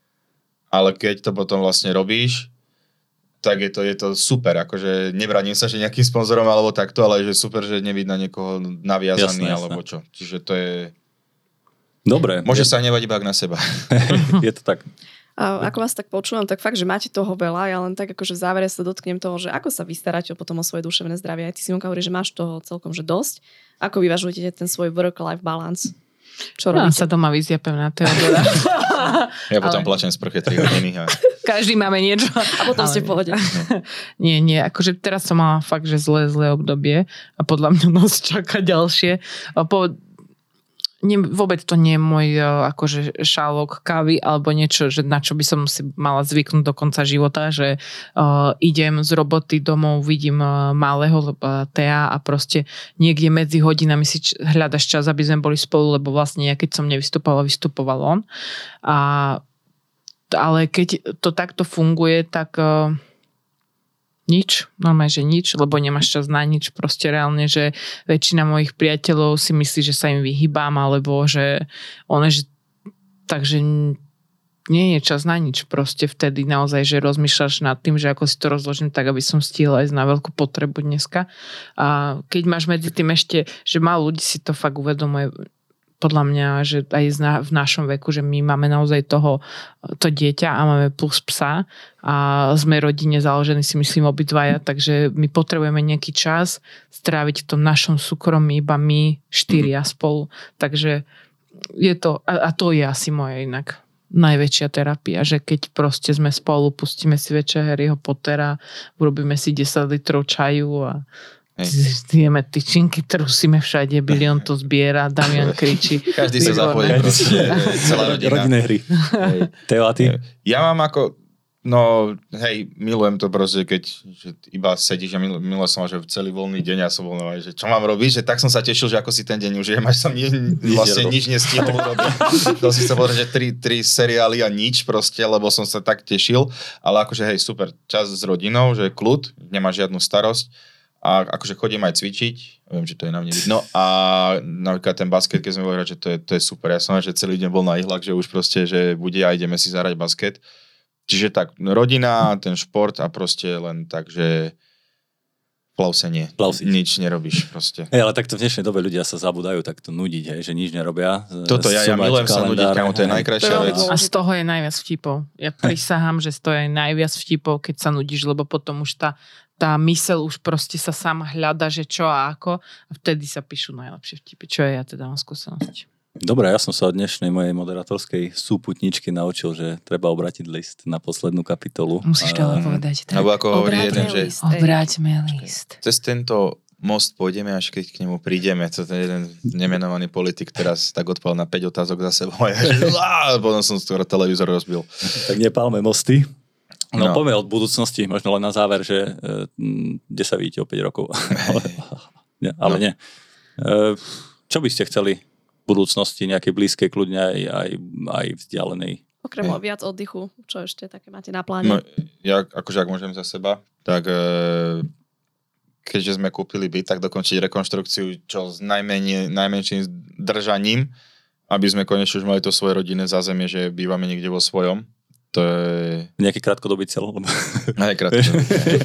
ale keď to potom vlastne robíš, tak je to super, akože nebraním sa, že nejakým sponzorom alebo takto, ale že super, že nebyť na niekoho naviazaný, jasné. Alebo čo. Čiže to je... Dobre. Môže sa hnevať iba na seba. Je to tak. A ako vás tak počúvam, tak fakt, že máte toho veľa, ja len tak akože v závere sa dotknem toho, že ako sa vystaráte potom o svoje duševné zdravie. Aj ty, Simonka, hovorí, že máš toho celkom že dosť. Ako vyvažujete ten svoj work-life balance? Čo robíte? Ja sa doma vyzjapem na Teodora. Ja potom plačem z prche 3 hodiny. Každý máme niečo. A potom ste v pohode. Nie, akože teraz som mala fakt, že zlé obdobie a podľa mňa nás čaká ďalšie. Vôbec to nie je môj akože šálok kávy alebo niečo, že na čo by som si mala zvyknúť do konca života, že idem z roboty domov, vidím malého Tea a proste niekde medzi hodinami si hľadaš čas, aby sme boli spolu, lebo vlastne ja keď som vystupoval on. Ale keď to takto funguje, tak nič, normálne, že nič, lebo nemáš čas na nič, proste reálne, že väčšina mojich priateľov si myslí, že sa im vyhýbam, alebo že takže nie je čas na nič, proste vtedy naozaj, že rozmýšľaš nad tým, že ako si to rozložím tak, aby som stihla ísť na veľkú potrebu dneska. A keď máš medzi tým ešte, že málo ľudí si to fakt uvedomuje, podľa mňa, že aj v našom veku, že my máme naozaj to dieťa a máme plus psa a sme rodine založení, si myslím, obidvaja, takže my potrebujeme nejaký čas stráviť v tom našom súkromí iba my 4 spolu. Takže je to, a to je asi moja inak najväčšia terapia, že keď proste sme spolu, pustíme si večer Harryho Pottera, urobíme si 10 litrov čaju a zjeme tyčinky, trusíme všade, Bilion to zbiera, Damian kričí. Každý sa zapojí, celá rodina. Rodinné hry. Teo, a ty? Ja mám milujem to proste, keď iba sedíš a milé som, že celý voľný deň ja som voľný, že čo mám robiť, že tak som sa tešil, že ako si ten deň užijem, až som vlastne nič nestihol urobiť. To si sa povedal, že 3 seriály a nič proste, lebo som sa tak tešil, ale akože super, čas s rodinou, že kľud, nemáš žiadnu starosť. A akože chodím aj cvičiť, viem, že to je na mne vidno, a napríklad ten basket, keď sme boli hrať, že to je super, ja som že celý deň bol na ihlách, že už proste, že bude a ideme si zahrať basket. Čiže tak, rodina, ten šport a proste len tak, že plausenie, nič nerobíš proste. Ale takto v dnešnej dobe ľudia sa zabudajú takto nudiť, že nič nerobia. Toto ja milujem sa nudiť, kámo, to je najkrajšia vec. A z toho je najviac vtipov. Ja prisahám, že z toho je najviac vtipov, keď sa nudíš, lebo potom už tá myseľ už proste sa sama hľada, že čo a ako, a vtedy sa píšu najlepšie vtipy, čo ja teda mám skúsenosť. Dobre, ja som sa od dnešnej mojej moderátorskej súputničky naučil, že treba obrátiť list na poslednú kapitolu. Musíš to ale povedať. Alebo ako hovorí jeden, že obráťme list. Cez tento most pôjdeme, až keď k nemu prídeme. To je jeden nemenovaný politik, teraz tak odpal na 5 otázok za sebou. A potom som skoro televízor rozbil. Tak nepálme mosty. No poďme od budúcnosti, možno len na záver, že kde sa vidíte o 5 rokov. Ale nie. Čo by ste chceli v budúcnosti, nejakej blízkej, kľudne aj vzdialenej? Okrem viac oddychu, čo ešte také máte na pláne? No, ja akože ak môžem za seba, tak keďže sme kúpili byt, tak dokončiť rekonštrukciu čo s najmenším držaním, aby sme konečne už mali to svoje rodinné zázemie, že bývame niekde vo svojom. To je... Nejaký krátkodobý cieľ? Aj krátkodobý.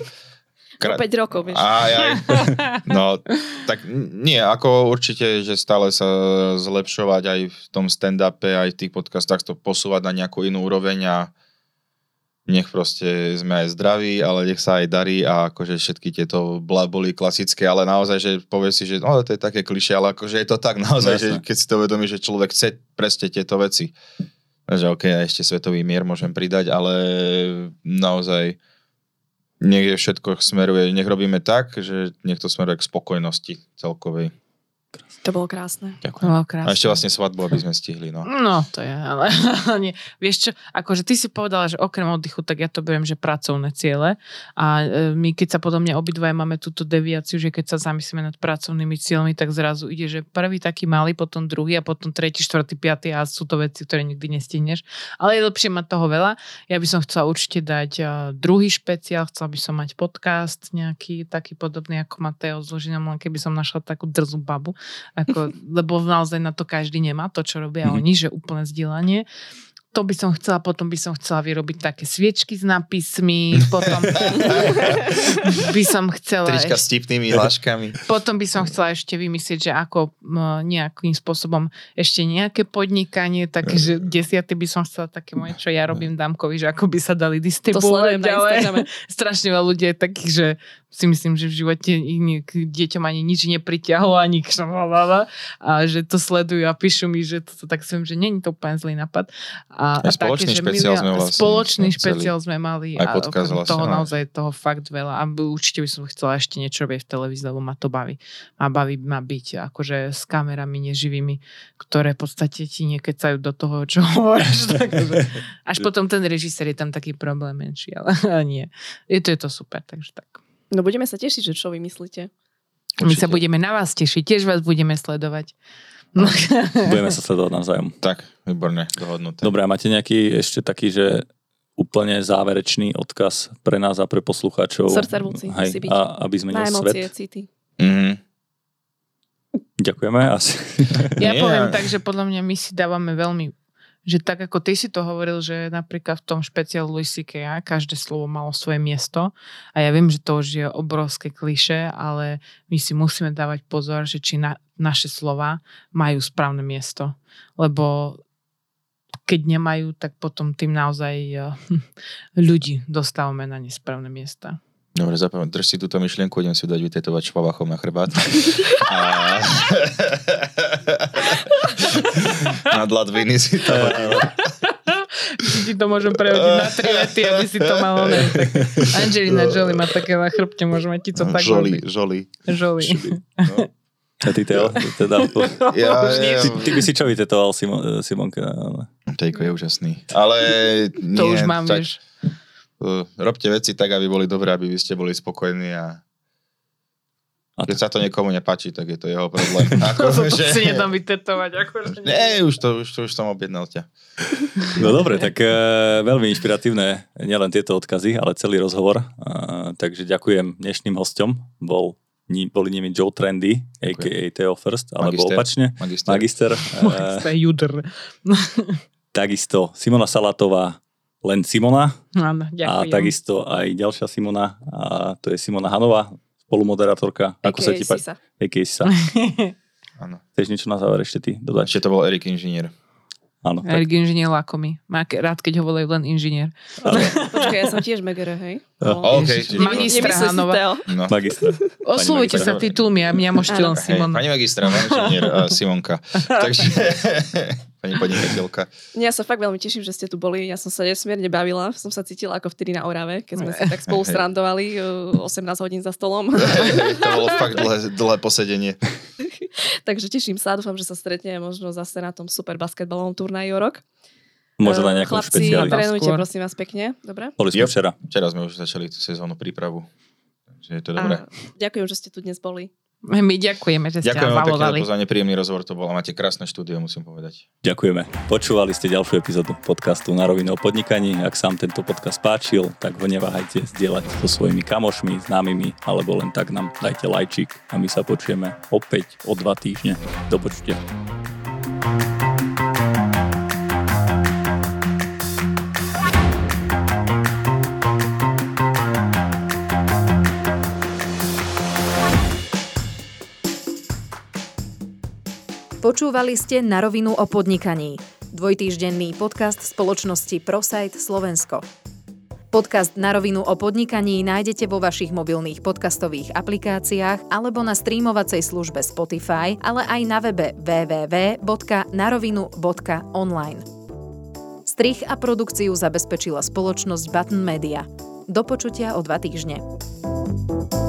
5 rokov, vieš. No, tak nie, ako určite, že stále sa zlepšovať aj v tom stand-upe, aj v tých podcastách, to posúvať na nejakú inú úroveň a nech proste sme aj zdraví, ale nech sa aj darí a akože všetky tieto boli klasické, ale naozaj, že povie si, že no, to je také klišé, ale akože je to tak naozaj, že keď si to uvedomí, že človek chce presne tieto veci. Takže okej, ešte svetový mier môžem pridať, ale naozaj nech všetko smeruje, nech robíme tak, že nech to smeruje k spokojnosti celkovej. To bolo krásne. Ďakujem. A ešte vlastne svadbu, aby sme stihli. No to je, ale nie. Vieš čo, akože ty si povedala, že okrem oddychu, tak ja to beriem, že pracovné ciele. A my, keď sa podľa mňa obidvaja máme túto deviáciu, že keď sa zamyslíme nad pracovnými cieľmi, tak zrazu ide, že prvý taký malý, potom druhý a potom tretí, štvrtý, piatý a sú to veci, ktoré nikdy nestihneš. Ale je lepšie mať toho veľa. Ja by som chcela určite dať druhý špeciál, chcela by som mať podcast nejaký taký podobný ako Mateo s Lužinom, len keby som našla takú drzú babu. Lebo naozaj na to každý nemá, to, čo robia oni, že úplné zdieľanie. To by som chcela, potom by som chcela vyrobiť také sviečky s nápismi, potom by som chcela... Trička s tipnými hláškami. Potom by som chcela ešte vymyslieť, že ako nejakým spôsobom ešte nejaké podnikanie, takže 10. by som chcela také moje, čo ja robím Dámkovi, že ako by sa dali distribuovať. Strašne veľa ľudí je takých, že si myslím, že v živote deťom ani nič nepritiahlo, ani a že to sledujú a píšu mi, že to tak som, že nie je to úplne zlý nápad. A spoločný špeciál sme vlastne. Spoločný špeciál sme mali aj podcast a vlastne, toho naozaj toho fakt veľa. A určite by som chcela ešte niečo robiť v televízii, lebo ma to baví. Baví ma byť akože s kamerami neživými, ktoré v podstate ti nekecajú do toho, čo hovoríš. Až potom ten režisér je tam taký problém menší, ale nie. Je to super, takže tak. No budeme sa tešiť, že čo vymyslíte. My sa budeme na vás tešiť, tiež vás budeme sledovať. No. Budeme sa sledovať navzájom. Tak, výborné, dohodnuté. Dobre, a máte nejaký ešte taký, že úplne záverečný odkaz pre nás a pre poslucháčov? Srdcervúci musí byť. A aby zmenil svet. Na emócie, city. Ďakujeme. Asi. Ja poviem tak, že podľa mňa my si dávame veľmi, že tak ako ty si to hovoril, že napríklad v tom špeciálu Louis C.K. každé slovo malo svoje miesto a ja viem, že to už je obrovské klišé, ale my si musíme dávať pozor, že či naše slova majú správne miesto, lebo keď nemajú, tak potom tým naozaj ľudí dostávame na nesprávne miesta. Dobre, drž si túto myšlienku, idem si dať vytetovať špavachom na chrbát. Na dladviny si to hodil. Ti to môžem prehodiť na 3 vety, aby si to malo ne. Angelina Jolie má také na chrbte, môžeme ti to tak robiť. Žoli. No. A ty, Teo? Ty by si čo vytetoval, Simonke? Tejko je úžasný. Ale nie, to už mám, vieš. Robte veci tak, aby boli dobré, aby vy ste boli spokojní a keď sa to niekomu nepáči, tak je to jeho problém. To si nedám vytetovať. Nie, už som objednal ťa. No dobre, tak veľmi inšpiratívne nielen tieto odkazy, ale celý rozhovor. Takže ďakujem dnešným hosťom. Boli nimi Joe Trendy, a.k.a. Theo First, alebo opačne. Magister. Judr. Takisto Simona Salatová, len Simona. Áno, ďakujem. A takisto aj ďalšia Simona, a to je Simona Hanová, spolumoderátorka. Ako sa ti páči? A.k.a. Sisa. Áno. Chceš niečo na záver ešte ty dodať? Ešte to bol Erik Inžinier. Áno. Erik Inžinier lakomý. Má rád, keď ho volajú len inžinier. Počkaj, ja som tiež Megere, hej? Magistra Hanova. No. Magistra. Oslovujte sa titulmi a mňa môžete len Simon. Pani magistra, pán inžinier Simonka. Takže pani podnikateľka. Ja sa fakt veľmi teším, že ste tu boli. Ja som sa nesmierne bavila. Som sa cítila ako vtedy na Orave, keď sme sa tak spolu strandovali 18 hodín za stolom. To bolo fakt dlhé posedenie. Takže teším sa. Dúfam, že sa stretneme možno zase na tom super basketbalovom turnaji o rok. Možno na nejakom špeciáli. Chlapci, trénujte prosím vás pekne. Dobre? Boli sme včera. Včera sme už začali sezónnu prípravu. Takže je to dobré. Ďakujem, že ste tu dnes boli. My ďakujeme, že ste Ďakujem nám vám pekne za zavolali. pozvanie, príjemný rozhovor to bol a máte krásne štúdio, musím povedať. Ďakujeme. Počúvali ste ďalšiu epizódu podcastu Na rovinu o podnikaní. Ak sa vám tento podcast páčil, tak ho neváhajte zdieľať so svojimi kamošmi, známymi, alebo len tak nám dajte lajčík a my sa počujeme opäť o 2 týždne. Do počutia. Počúvali ste Na rovinu o podnikaní. Dvojtýždenný podcast spoločnosti ProSite Slovensko. Podcast Na rovinu o podnikaní nájdete vo vašich mobilných podcastových aplikáciách alebo na streamovacej službe Spotify, ale aj na webe www.narovinu.online. Strih a produkciu zabezpečila spoločnosť Button Media. Do počutia o 2 týždne.